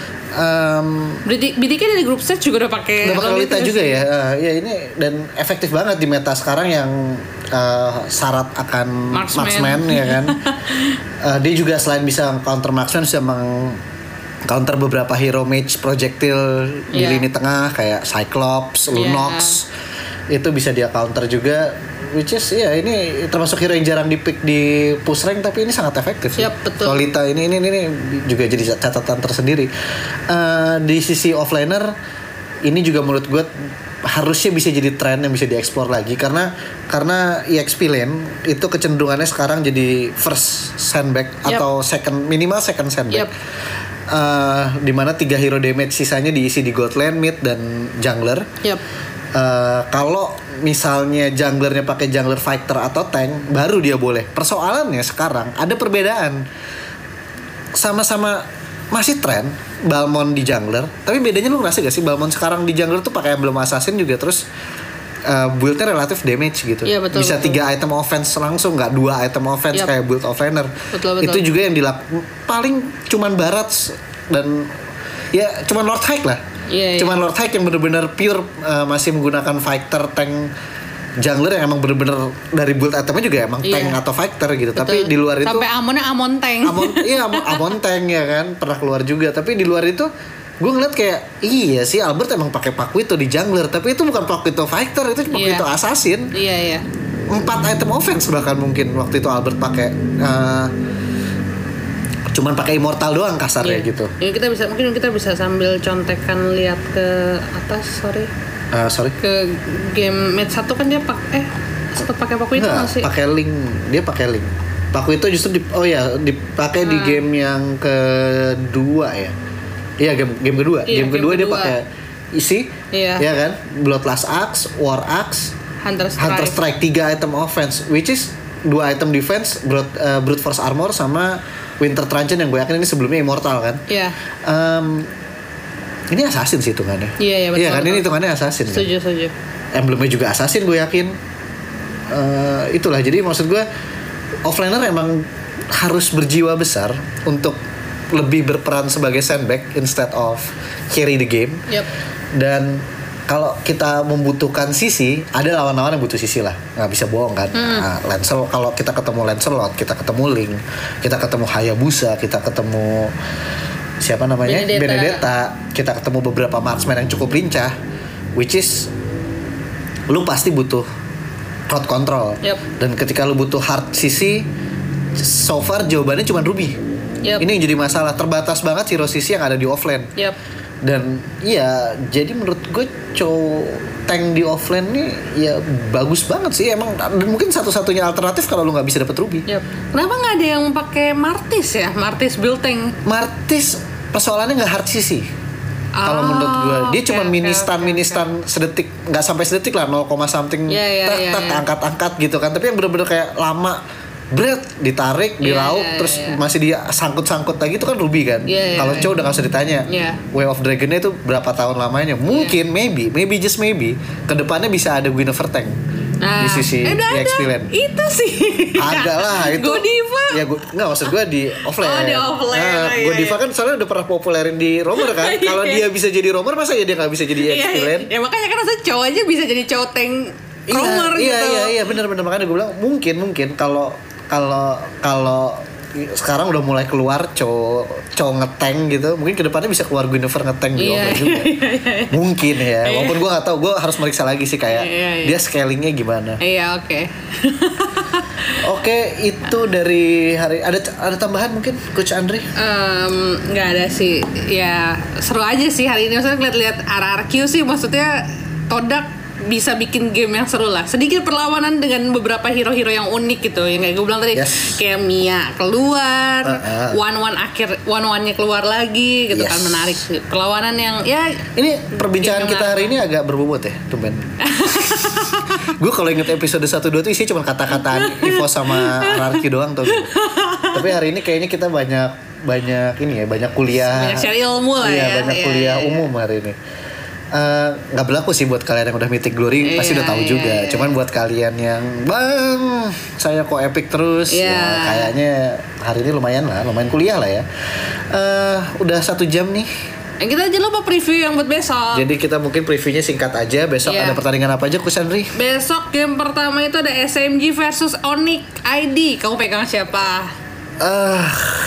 Um, B T K dari grup stage juga udah pakai Udah pakai Lolita juga ya. Uh, ya ini dan efektif banget di meta sekarang yang uh, syarat akan Marksman. marksman, ya kan. Uh, dia juga selain bisa counter marksman bisa meng counter beberapa hero mage projectile di Iya. lini tengah kayak Cyclops, Lunox. Itu bisa dia counter juga, which is ya ini termasuk hero yang jarang di pick di push rank, tapi ini sangat efektif sih. Yap, betul. Lolita ini, ini ini juga jadi catatan tersendiri. Uh, di sisi offlaner ini juga menurut gue harusnya bisa jadi tren yang bisa dieksplor lagi, karena karena E X P lane itu kecenderungannya sekarang jadi first sandbag Yap. atau second, minimal second sandbag. Yap. Uh, dimana tiga hero damage sisanya diisi di god lane, mid dan jungler. Yap. Uh, kalau misalnya junglernya pakai jungler fighter atau tank, baru dia boleh. Persoalannya sekarang ada perbedaan. Sama-sama masih tren Balmond di jungler, tapi bedanya lu ngerasa gak sih Balmond sekarang di jungler tuh pakai emblem assassin juga, terus uh, build-nya relatif damage gitu. Iya, betul, Bisa betul. tiga item offense langsung, nggak dua item offense Yap. kayak build offlaner. Betul, betul. Itu juga yang dilakukan paling cuman Barat dan ya cuman Lord Hike lah. Iya, iya. Cuman Lord Hike yang bener-bener pure uh, masih menggunakan fighter, tank, jungler yang emang bener-bener dari build itemnya juga emang Iya. tank atau fighter gitu. Betul. Tapi di luar itu sampai Amonnya Amon tank. Amon, iya Amon, Amon tank ya kan pernah keluar juga. Tapi di luar itu gue ngeliat kayak iya sih Albert emang pakai Pakuito di jungler, tapi itu bukan Pakuito fighter, itu Pakuito Iya. assassin. Iya, iya. Empat item offense bahkan mungkin waktu itu Albert pakai. Uh, cuman pakai immortal doang kasarnya Iya. gitu. Ya, kita bisa mungkin kita bisa sambil contekan lihat ke atas, sorry. Uh, sorry. Ke game match satu kan dia pak eh sempat pakai paku itu Nggak, nggak sih? pakai link, dia pakai link. Paku itu justru di, oh ya dipakai di Ah. game yang kedua ya. Iya game game kedua. Iya, game game kedua dia kedua. pakai isi, Iya. ya kan? Bloodlust Axe, War Axe, Hunter Strike. Hunter Strike, tiga item offense, which is dua item defense, brute, uh, brute force armor sama Winter Truncheon yang gue yakin ini sebelumnya immortal kan. Iya. Um, ini assassin sih hitungannya. Iya, iya, betul, Iya kan betul. ini hitungannya assassin. Kan? Setuju, setuju. Emblemnya juga assassin gue yakin. Eh, itulah jadi maksud gue offlaner emang harus berjiwa besar untuk lebih berperan sebagai sandbag instead of carry the game. Yap. Dan kalau kita membutuhkan sisi, ada lawan-lawan yang butuh sisi lah, nggak bisa bohong kan. Hmm. Nah, Lancelot, kalau kita ketemu Lancelot, kita ketemu Link, kita ketemu Hayabusa, kita ketemu siapa namanya Benedetta. Benedetta, kita ketemu beberapa marksman yang cukup lincah, which is lu pasti butuh crowd control. Yep. Dan ketika lu butuh hard sisi, so far jawabannya cuma Ruby. Yep. Ini yang jadi masalah, terbatas banget hero sisi yang ada di offlane. Yap. Dan iya, jadi menurut gue cow tank di offlane nih ya bagus banget sih emang. Dan mungkin satu-satunya alternatif kalau lu nggak bisa dapet Ruby. Yap. Kenapa nggak ada yang pakai Martis ya? Martis build tank. Martis persoalannya nggak hard sisi. Kalau Ah, menurut gue dia oke, cuma oke, mini stun oke, mini oke. stun sedetik, nggak sampai sedetik lah, nol, something Iya, iya, tek iya, tek iya. angkat-angkat gitu kan. Tapi yang bener-bener kayak lama Bread ditarik, Iya, dirauk, iya, terus iya. masih disangkut-sangkut lagi itu kan ruby kan. Iya, iya, Kalau iya. Chow udah gak usah ditanya. Iya. Way of Dragon-nya itu berapa tahun lamanya? Mungkin, maybe, maybe just maybe kedepannya bisa ada Guinevere Tank Nah, di sisi eh, udah E X P ada. Land. Itu sih. Ada lah itu. Godiva. Ya gua nggak maksud gue di offline. Oh, di offline, Nah, iya, Godiva iya. kan soalnya udah pernah populerin di romer kan. Iya, Kalau iya. dia bisa jadi romer masa ya dia nggak bisa jadi E X P Iya, Land? ya makanya kan rasa cowok aja bisa jadi cowok tank Iya, romer iya, gitu. iya, iya, benar-benar makanya gue bilang mungkin, mungkin kalau kalau kalau sekarang udah mulai keluar cowok cowok ngeteng gitu, mungkin kedepannya bisa keluar Guinevere ngeteng di Iya, over iya, juga. iya, iya. Mungkin ya, walaupun gue nggak tahu, gue harus meriksa lagi sih kayak Iya, iya. dia scalingnya gimana. Iya, oke. Oke, itu dari hari ada ada tambahan mungkin Coach Andri? Em, nggak ada sih, ya seru aja sih hari ini. Maksudnya lihat-lihat R R Q sih, maksudnya Todak bisa bikin game yang seru lah. Sedikit perlawanan dengan beberapa hero-hero yang unik gitu. Yang kayak gue bilang tadi, Yes. kayak Mia keluar, Uh-uh. one-one akhir, one-one-nya keluar lagi gitu Yes. kan, menarik sih. Perlawanan yang ya Ini perbincangan Game kita yang hari ini agak berbobot ya, tumben. Gue kalau inget episode satu dua tuh isinya cuma kata-kataan Evo sama R R Q doang tuh. Tapi hari ini kayaknya kita banyak banyak ini ya, banyak kuliah. banyak share ilmu lah Iya, ya. banyak Iya, kuliah iya. umum hari ini. Eh, nggak berlaku sih buat kalian yang udah Mythic Glory, pasti Iya, udah tahu iya, juga. iya. Cuman buat kalian yang bang, saya kok epic terus, Iya. ya kayaknya hari ini lumayan lah, lumayan kuliah lah ya. Eh, udah satu jam nih. Eh, kita aja lupa preview yang buat besok. Jadi kita mungkin previewnya singkat aja. Besok Iya. ada pertandingan apa aja, Coach Andri? Besok game pertama itu ada S M G versus Onyx I D. Kamu pegang siapa? Eh,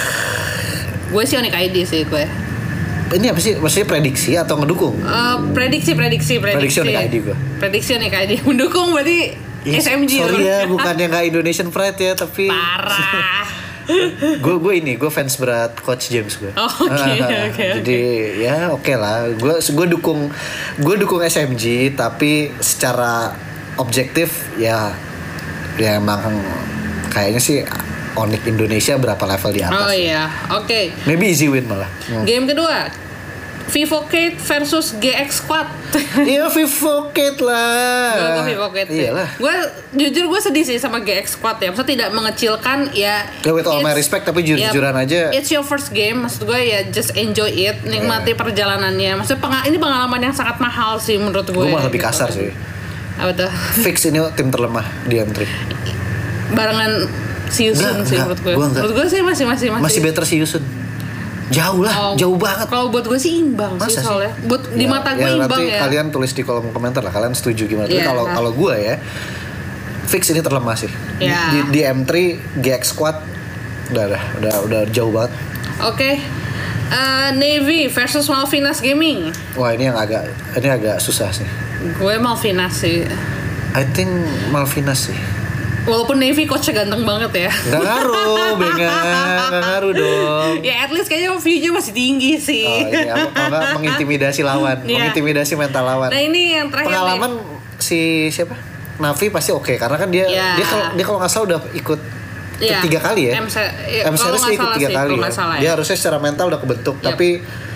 Gue sih Onyx I D sih gue. ini apa sih? Maksudnya prediksi atau ngedukung? Eh, prediksi, prediksi, Prediksi prediksi. Onyx I D gue. Prediksi Onyx I D. Mendukung berarti S M G. Sorry ya, bukannya nggak Indonesian Pride ya, tapi Parah. gue gue ini gue fans berat Coach James gue. Oh, oke, Ah, oke, Jadi ya oke lah. Gue gue dukung gue dukung S M G, tapi secara objektif ya ya emang kayaknya sih Onyx Indonesia berapa level di atas. Oh iya, oke. Maybe easy win malah. Hmm. Game kedua, Vivocate versus G X Squad. Iya Vivocate lah. Gue gue Vivocate sih. Iyalah. Gue jujur gue sedih sih sama G X Squad ya. Maksudnya tidak mengecilkan ya. Ya with all my it's- respect, tapi jujur-jujuran ya, aja. It's your first game, maksud gue ya just enjoy it, nikmati perjalanannya. Maksudnya penga- ini pengalaman yang sangat mahal sih menurut gue. Gue malah lebih gitu. kasar sih. Apa tuh? Fix ini tim terlemah di M tiga. Barengan si Yusun Enggak, sih enggak. menurut gue. Gua enggak. Menurut gue sih masih masih masih. Masih better si Yusun. Jauh lah, Oh, jauh banget. Kalau buat gue sih imbang Masa sih sih? soalnya. Buat di Ya, mata gue ya, imbang nanti ya. kalian tulis di kolom komentar lah, kalian setuju gimana. Tapi Iya. kalau kalau gue ya, fix ini terlemah sih. Di- Iya. Di, di M tiga G X Squad udah udah udah, udah jauh banget. Oke. Eh, Navy versus Malvinas Gaming. Wah ini yang agak ini agak susah sih. Gue Malvinas sih. I think Malvinas sih. Walaupun Navy coachnya ganteng banget ya. Gak ngaruh, benga, gak ngaruh dong. Ya at least kayaknya view-nya masih tinggi sih. Oh ini apa kalau nggak mengintimidasi lawan, Iya. mengintimidasi mental lawan. Nah ini yang terakhir Pengalaman si siapa? Navi pasti oke karena kan dia Iya. dia kalau dia kalau nggak salah udah ikut Iya. tiga kali ya. M Se- ya, M kalau Series nggak dia ikut salah tiga sih, kali kalau ya. nggak salah Dia ya. harusnya secara mental udah kebentuk, Yep. tapi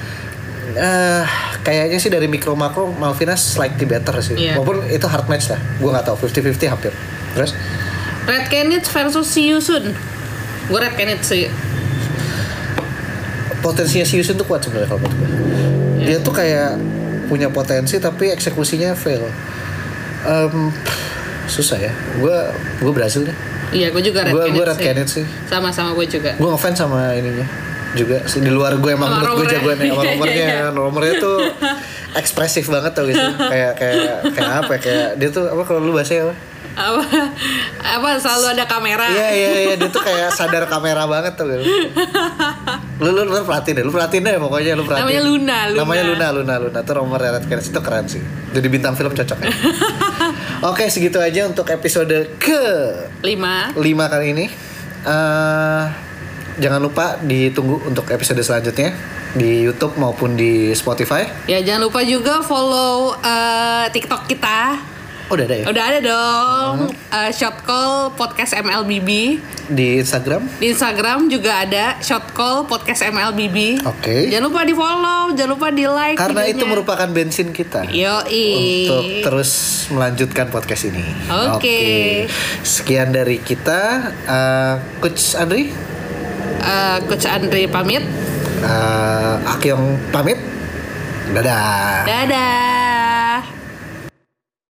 eh kayaknya sih dari mikro makro Malvinas slightly better sih. Iya. Walaupun itu hard match lah. Gua nggak tahu fifty fifty hampir. Terus Red Canids versus Si Yusun. Gue Red Canids sih. potensinya si Yusun tuh kuat sebenarnya kalau menurut gue. Dia tuh kayak punya potensi tapi eksekusinya fail. Em, susah ya. Gue gue berhasil deh. Iya, gue juga Red Gue Canids gue red sih. Canids sih. Sama-sama gue juga. Gue ngefans sama ininya juga di luar gue emang Sama menurut gue romernya. jagoannya sama Iya, nomornya iya, iya. nomornya tuh ekspresif banget tau gitu kayak kayak kayak apa ya? Kayak dia tuh apa kalau lu bahasanya apa Apa apa selalu ada kamera. iya iya iya dia tuh kayak sadar kamera banget tuh gitu. lu lu lu perhatiin deh lu perhatiin deh pokoknya lu perhatiin Namanya Luna, Luna. namanya Luna Luna Luna tuh nomor Red Canids itu keren sih jadi bintang film cocok ya. Oke segitu aja untuk episode ke Lima. lima kali ini. Eh, jangan lupa ditunggu untuk episode selanjutnya di YouTube maupun di Spotify. Ya jangan lupa juga follow eh, TikTok kita Oh, udah ada ya? Udah ada dong. Uh, Shot Call Podcast M L B B. Di Instagram? Di Instagram juga ada Shot Call Podcast M L B B. Oke. Jangan lupa di follow, jangan lupa di like. Karena videonya. itu merupakan bensin kita. Yoi. Untuk terus melanjutkan podcast ini. Oke. Sekian dari kita, uh, Coach Andri. Uh, Coach Andri pamit. Uh, Akyong pamit. Dadah. Dadah.